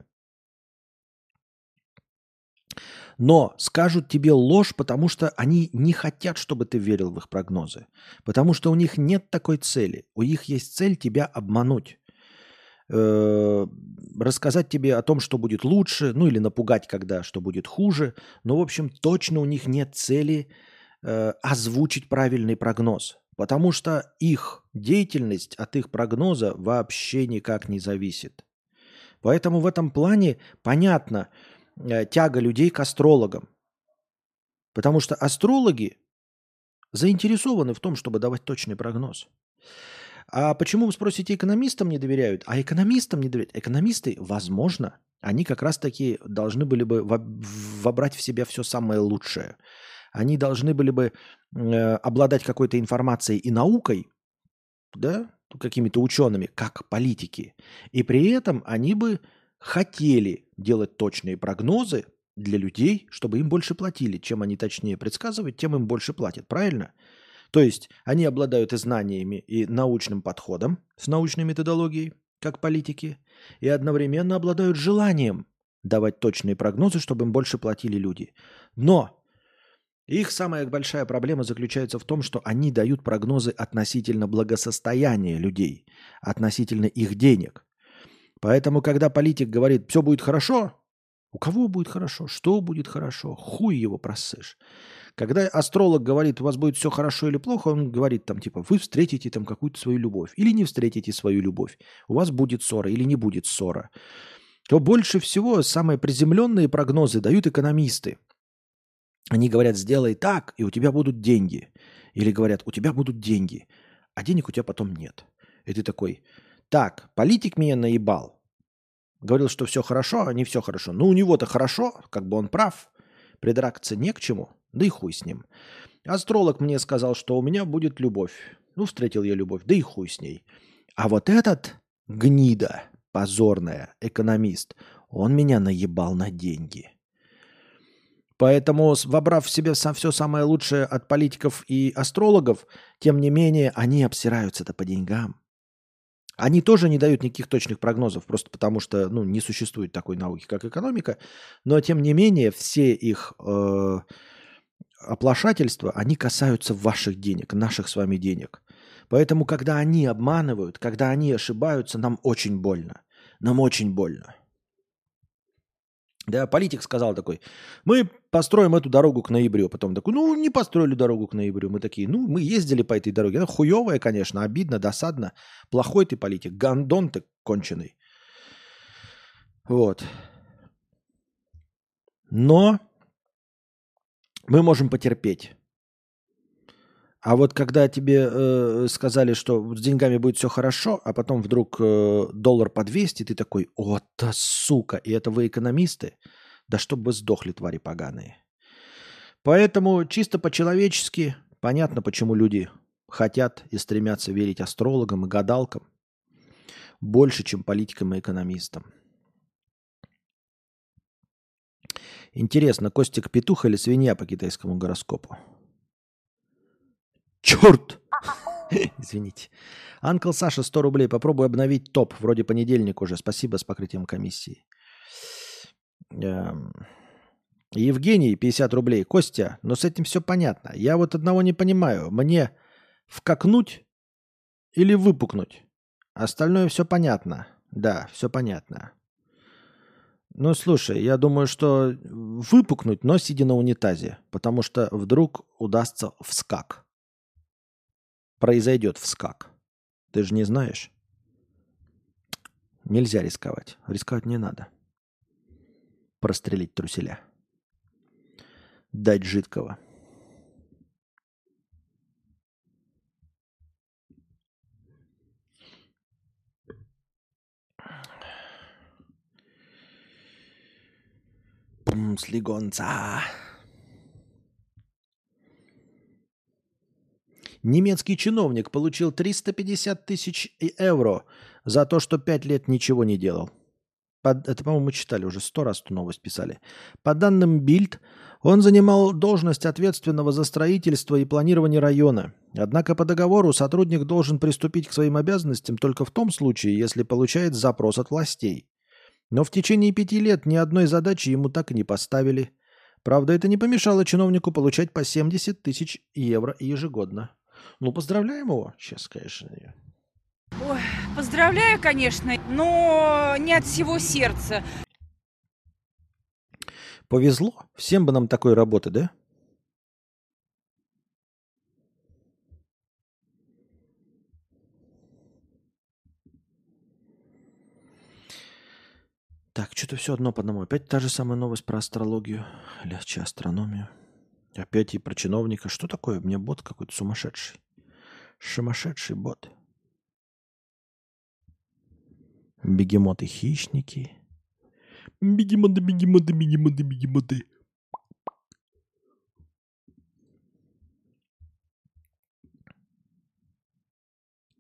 Но скажут тебе ложь, потому что они не хотят, чтобы ты верил в их прогнозы. Потому что у них нет такой цели. У них есть цель тебя обмануть. Рассказать тебе о том, что будет лучше, ну или напугать, когда что будет хуже. Но, в общем, точно у них нет цели озвучить правильный прогноз. Потому что их деятельность от их прогноза вообще никак не зависит. Поэтому в этом плане понятно тяга людей к астрологам. Потому что астрологи заинтересованы в том, чтобы давать точный прогноз. А почему, вы спросите, экономистам не доверяют? А экономистам не доверяют. Экономисты, возможно, они как раз-таки должны были бы вобрать в себя все самое лучшее. Они должны были бы обладать какой-то информацией и наукой, да, какими-то учеными, как политики. И при этом они бы хотели делать точные прогнозы, для людей, чтобы им больше платили. Чем они точнее предсказывают, тем им больше платят. Правильно? То есть они обладают и знаниями, и научным подходом с научной методологией, как политики, и одновременно обладают желанием давать точные прогнозы, чтобы им больше платили люди. Но их самая большая проблема заключается в том, что они дают прогнозы относительно благосостояния людей, относительно их денег. Поэтому, когда политик говорит, все будет хорошо, у кого будет хорошо, что будет хорошо, хуй его просышь. Когда астролог говорит, у вас будет все хорошо или плохо, он говорит там типа, вы встретите там какую-то свою любовь или не встретите свою любовь, у вас будет ссора или не будет ссора. То больше всего самые приземленные прогнозы дают экономисты. Они говорят, сделай так, и у тебя будут деньги. Или говорят, у тебя будут деньги, а денег у тебя потом нет. И ты такой, так, политик меня наебал. Говорил, что все хорошо, а не все хорошо. Ну, у него-то хорошо, как бы он прав. Придраться не к чему, да и хуй с ним. Астролог мне сказал, что у меня будет любовь. Ну, встретил я любовь, да и хуй с ней. А вот этот гнида, позорная, экономист, он меня наебал на деньги. Поэтому, вобрав в себе все самое лучшее от политиков и астрологов, тем не менее, они обсираются-то по деньгам. Они тоже не дают никаких точных прогнозов, просто потому что не существует такой науки, как экономика. Но, тем не менее, все их оплошательства, они касаются ваших денег, наших с вами денег. Поэтому, когда они обманывают, когда они ошибаются, нам очень больно. Нам очень больно. Да, политик сказал такой, мы построим эту дорогу к ноябрю. Потом такой, не построили дорогу к ноябрю. Мы такие, мы ездили по этой дороге. Она хуевая, конечно, обидно, досадно. Плохой ты политик, гандон ты конченый. Вот. Но мы можем потерпеть. А вот когда тебе сказали, что с деньгами будет все хорошо, а потом вдруг доллар по 200, ты такой, о-то сука, и это вы экономисты? Да чтоб вы сдохли, твари поганые. Поэтому чисто по-человечески понятно, почему люди хотят и стремятся верить астрологам и гадалкам больше, чем политикам и экономистам. Интересно, Костик петух или свинья по китайскому гороскопу? Черт! Извините. Анкл Саша, 100 рублей. Попробуй обновить топ. Вроде понедельник уже. Спасибо с покрытием комиссии. Евгений, 50 рублей. Костя, но с этим все понятно. Я вот одного не понимаю. Мне вкакнуть или выпукнуть? Остальное все понятно. Да, все понятно. Ну, слушай, я думаю, что выпукнуть, но сидя на унитазе. Потому что вдруг удастся вскак. Произойдет вскак. Ты же не знаешь. Нельзя рисковать. Рисковать не надо. Прострелить труселя. Дать жидкого. Слегонца. Немецкий чиновник получил 350 тысяч евро за то, что 5 лет ничего не делал. Это, по-моему, мы читали уже 100 раз эту новость писали. По данным Бильд, он занимал должность ответственного за строительство и планирование района. Однако по договору сотрудник должен приступить к своим обязанностям только в том случае, если получает запрос от властей. Но в течение 5 лет ни одной задачи ему так и не поставили. Правда, это не помешало чиновнику получать по 70 тысяч евро ежегодно. Поздравляем его. Сейчас, конечно. Ой, поздравляю, конечно, но не от всего сердца. Повезло. Всем бы нам такой работы, да? Так, что-то все одно по одному. Опять та же самая новость про астрологию. Или астрономию. Опять и про чиновника. Что такое? У меня бот какой-то сумасшедший. Сумасшедший бот. Бегемоты-хищники. Бегемоты, бегемоты, бегемоты, бегемоты.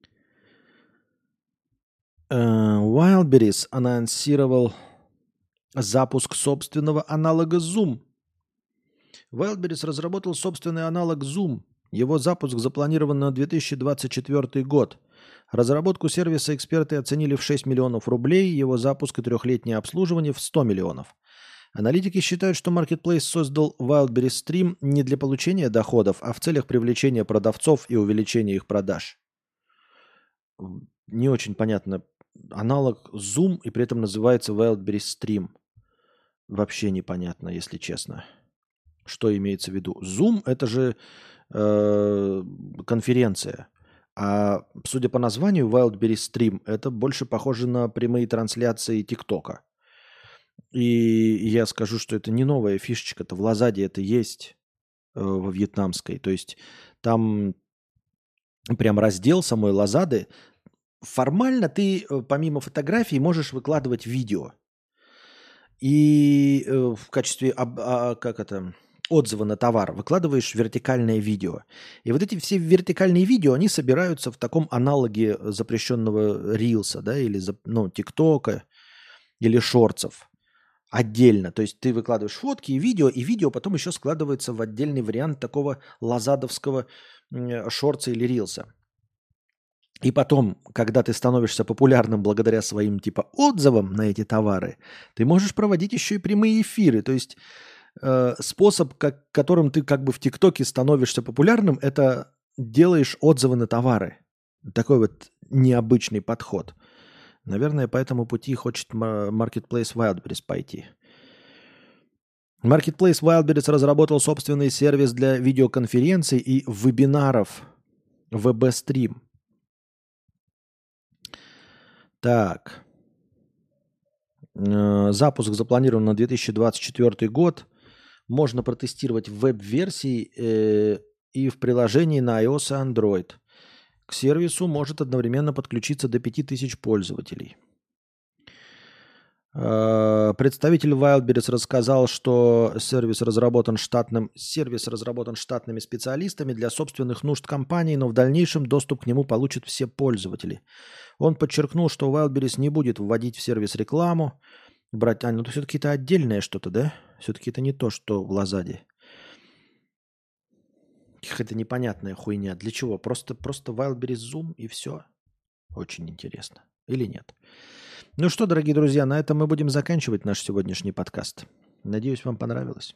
Wildberries анонсировал запуск собственного аналога Zoom. Wildberries разработал собственный аналог Zoom. Его запуск запланирован на 2024 год. Разработку сервиса эксперты оценили в 6 миллионов рублей, его запуск и трехлетнее обслуживание в 100 миллионов. Аналитики считают, что Marketplace создал Wildberries Stream не для получения доходов, а в целях привлечения продавцов и увеличения их продаж. Не очень понятно. Аналог Zoom и при этом называется Wildberries Stream. Вообще непонятно, если честно. Что имеется в виду? Zoom – это же конференция. А судя по названию Wildberries Stream, это больше похоже на прямые трансляции ТикТока. И я скажу, что это не новая фишечка-то. В Лазаде это есть во вьетнамской. То есть там прям раздел самой Лазады. Формально ты помимо фотографий можешь выкладывать видео. И в качестве отзыва на товар выкладываешь вертикальное видео. И вот эти все вертикальные видео, они собираются в таком аналоге запрещенного рилса, да, или ТикТока, или шортсов отдельно. То есть ты выкладываешь фотки и видео потом еще складывается в отдельный вариант такого лазадовского шортса или рилса. И потом, когда ты становишься популярным благодаря своим типа отзывам на эти товары, ты можешь проводить еще и прямые эфиры. То есть способ, которым ты как бы в ТикТоке становишься популярным, это делаешь отзывы на товары. Такой вот необычный подход. Наверное, по этому пути хочет Marketplace Wildberries пойти. Marketplace Wildberries разработал собственный сервис для видеоконференций и вебинаров VB-Stream. Так. Запуск запланирован на 2024 год. Можно протестировать в веб-версии и в приложении на iOS и Android. К сервису может одновременно подключиться до 5000 пользователей. Представитель Wildberries рассказал, что сервис разработан штатными специалистами для собственных нужд компании, но в дальнейшем доступ к нему получат все пользователи. Он подчеркнул, что Wildberries не будет вводить в сервис рекламу, брать... ну все-таки это отдельное что-то, да? Все-таки это не то, что в Лазаде. Какая-то непонятная хуйня. Для чего? Просто Wildberries Zoom и все? Очень интересно. Или нет? Ну что, дорогие друзья, на этом мы будем заканчивать наш сегодняшний подкаст. Надеюсь, вам понравилось.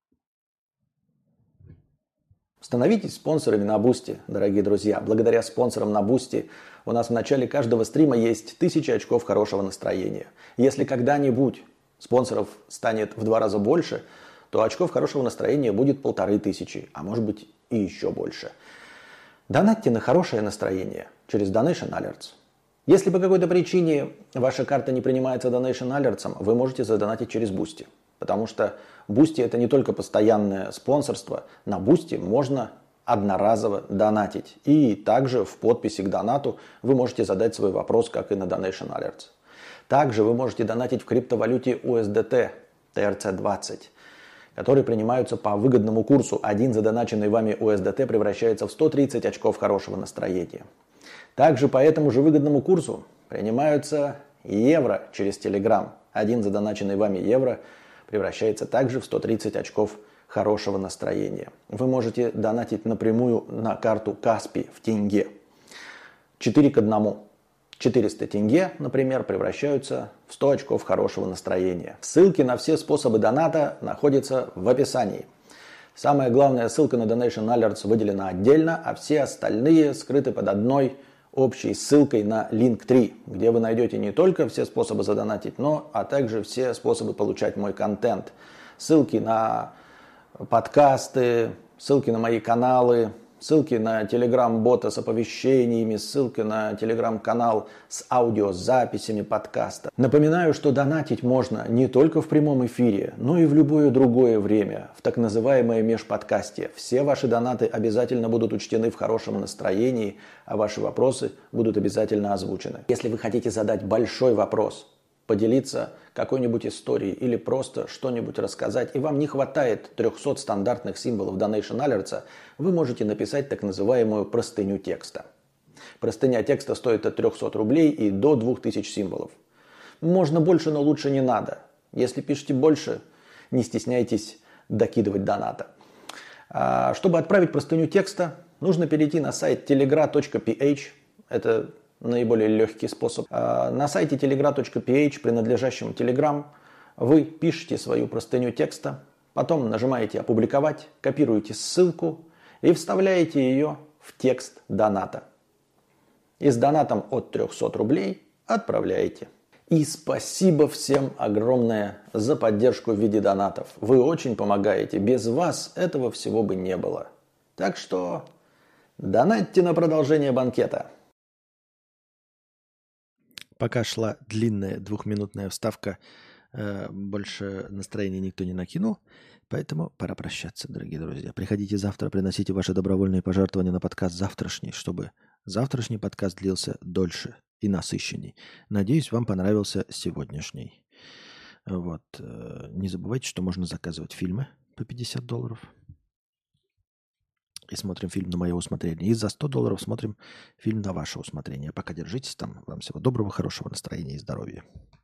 Становитесь спонсорами на Boosty, дорогие друзья. Благодаря спонсорам на Boosty у нас в начале каждого стрима есть 1000 очков хорошего настроения. Если когда-нибудь спонсоров станет в 2 раза больше, то очков хорошего настроения будет 1500, а может быть и еще больше. Донатьте на хорошее настроение через Donation Alerts. Если по какой-то причине ваша карта не принимается Donation Alerts, вы можете задонатить через Boosty. Потому что Boosty это не только постоянное спонсорство. На Boosty можно одноразово донатить. И также в подписи к донату вы можете задать свой вопрос, как и на Donation Alerts. Также вы можете донатить в криптовалюте USDT TRC20, которые принимаются по выгодному курсу. Один задоначенный вами USDT превращается в 130 очков хорошего настроения. Также по этому же выгодному курсу принимаются евро через Telegram. Один задоначенный вами евро превращается также в 130 очков хорошего настроения. Вы можете донатить напрямую на карту Каспи в тенге. 4 к 1. 400 тенге, например, превращаются в 100 очков хорошего настроения. Ссылки на все способы доната находятся в описании. Самая главная ссылка на Donation Alerts выделена отдельно, а все остальные скрыты под одной общей ссылкой на Linktree, где вы найдете не только все способы задонатить, но а также все способы получать мой контент. Ссылки на подкасты, ссылки на мои каналы, ссылки на телеграм-бота с оповещениями, ссылки на телеграм-канал с аудиозаписями подкаста. Напоминаю, что донатить можно не только в прямом эфире, но и в любое другое время, в так называемое межподкасте. Все ваши донаты обязательно будут учтены в хорошем настроении, а ваши вопросы будут обязательно озвучены. Если вы хотите задать большой вопрос, поделиться какой-нибудь историей или просто что-нибудь рассказать, и вам не хватает 300 стандартных символов Donation Alerts, вы можете написать так называемую простыню текста. Простыня текста стоит от 300 рублей и до 2000 символов. Можно больше, но лучше не надо. Если пишете больше, не стесняйтесь докидывать доната. Чтобы отправить простыню текста, нужно перейти на сайт telegra.ph. Это наиболее легкий способ. На сайте telegra.ph, принадлежащем Telegram, вы пишете свою простыню текста, потом нажимаете «Опубликовать», копируете ссылку и вставляете ее в текст доната. И с донатом от 300 рублей отправляете. И спасибо всем огромное за поддержку в виде донатов. Вы очень помогаете. Без вас этого всего бы не было. Так что донатьте на продолжение банкета. Пока шла длинная двухминутная вставка, больше настроения никто не накинул. Поэтому пора прощаться, дорогие друзья. Приходите завтра, приносите ваши добровольные пожертвования на подкаст завтрашний, чтобы завтрашний подкаст длился дольше и насыщенней. Надеюсь, вам понравился сегодняшний. Вот. Не забывайте, что можно заказывать фильмы по $50. И смотрим фильм на мое усмотрение. И за $100 смотрим фильм на ваше усмотрение. Пока держитесь там. Вам всего доброго, хорошего настроения и здоровья.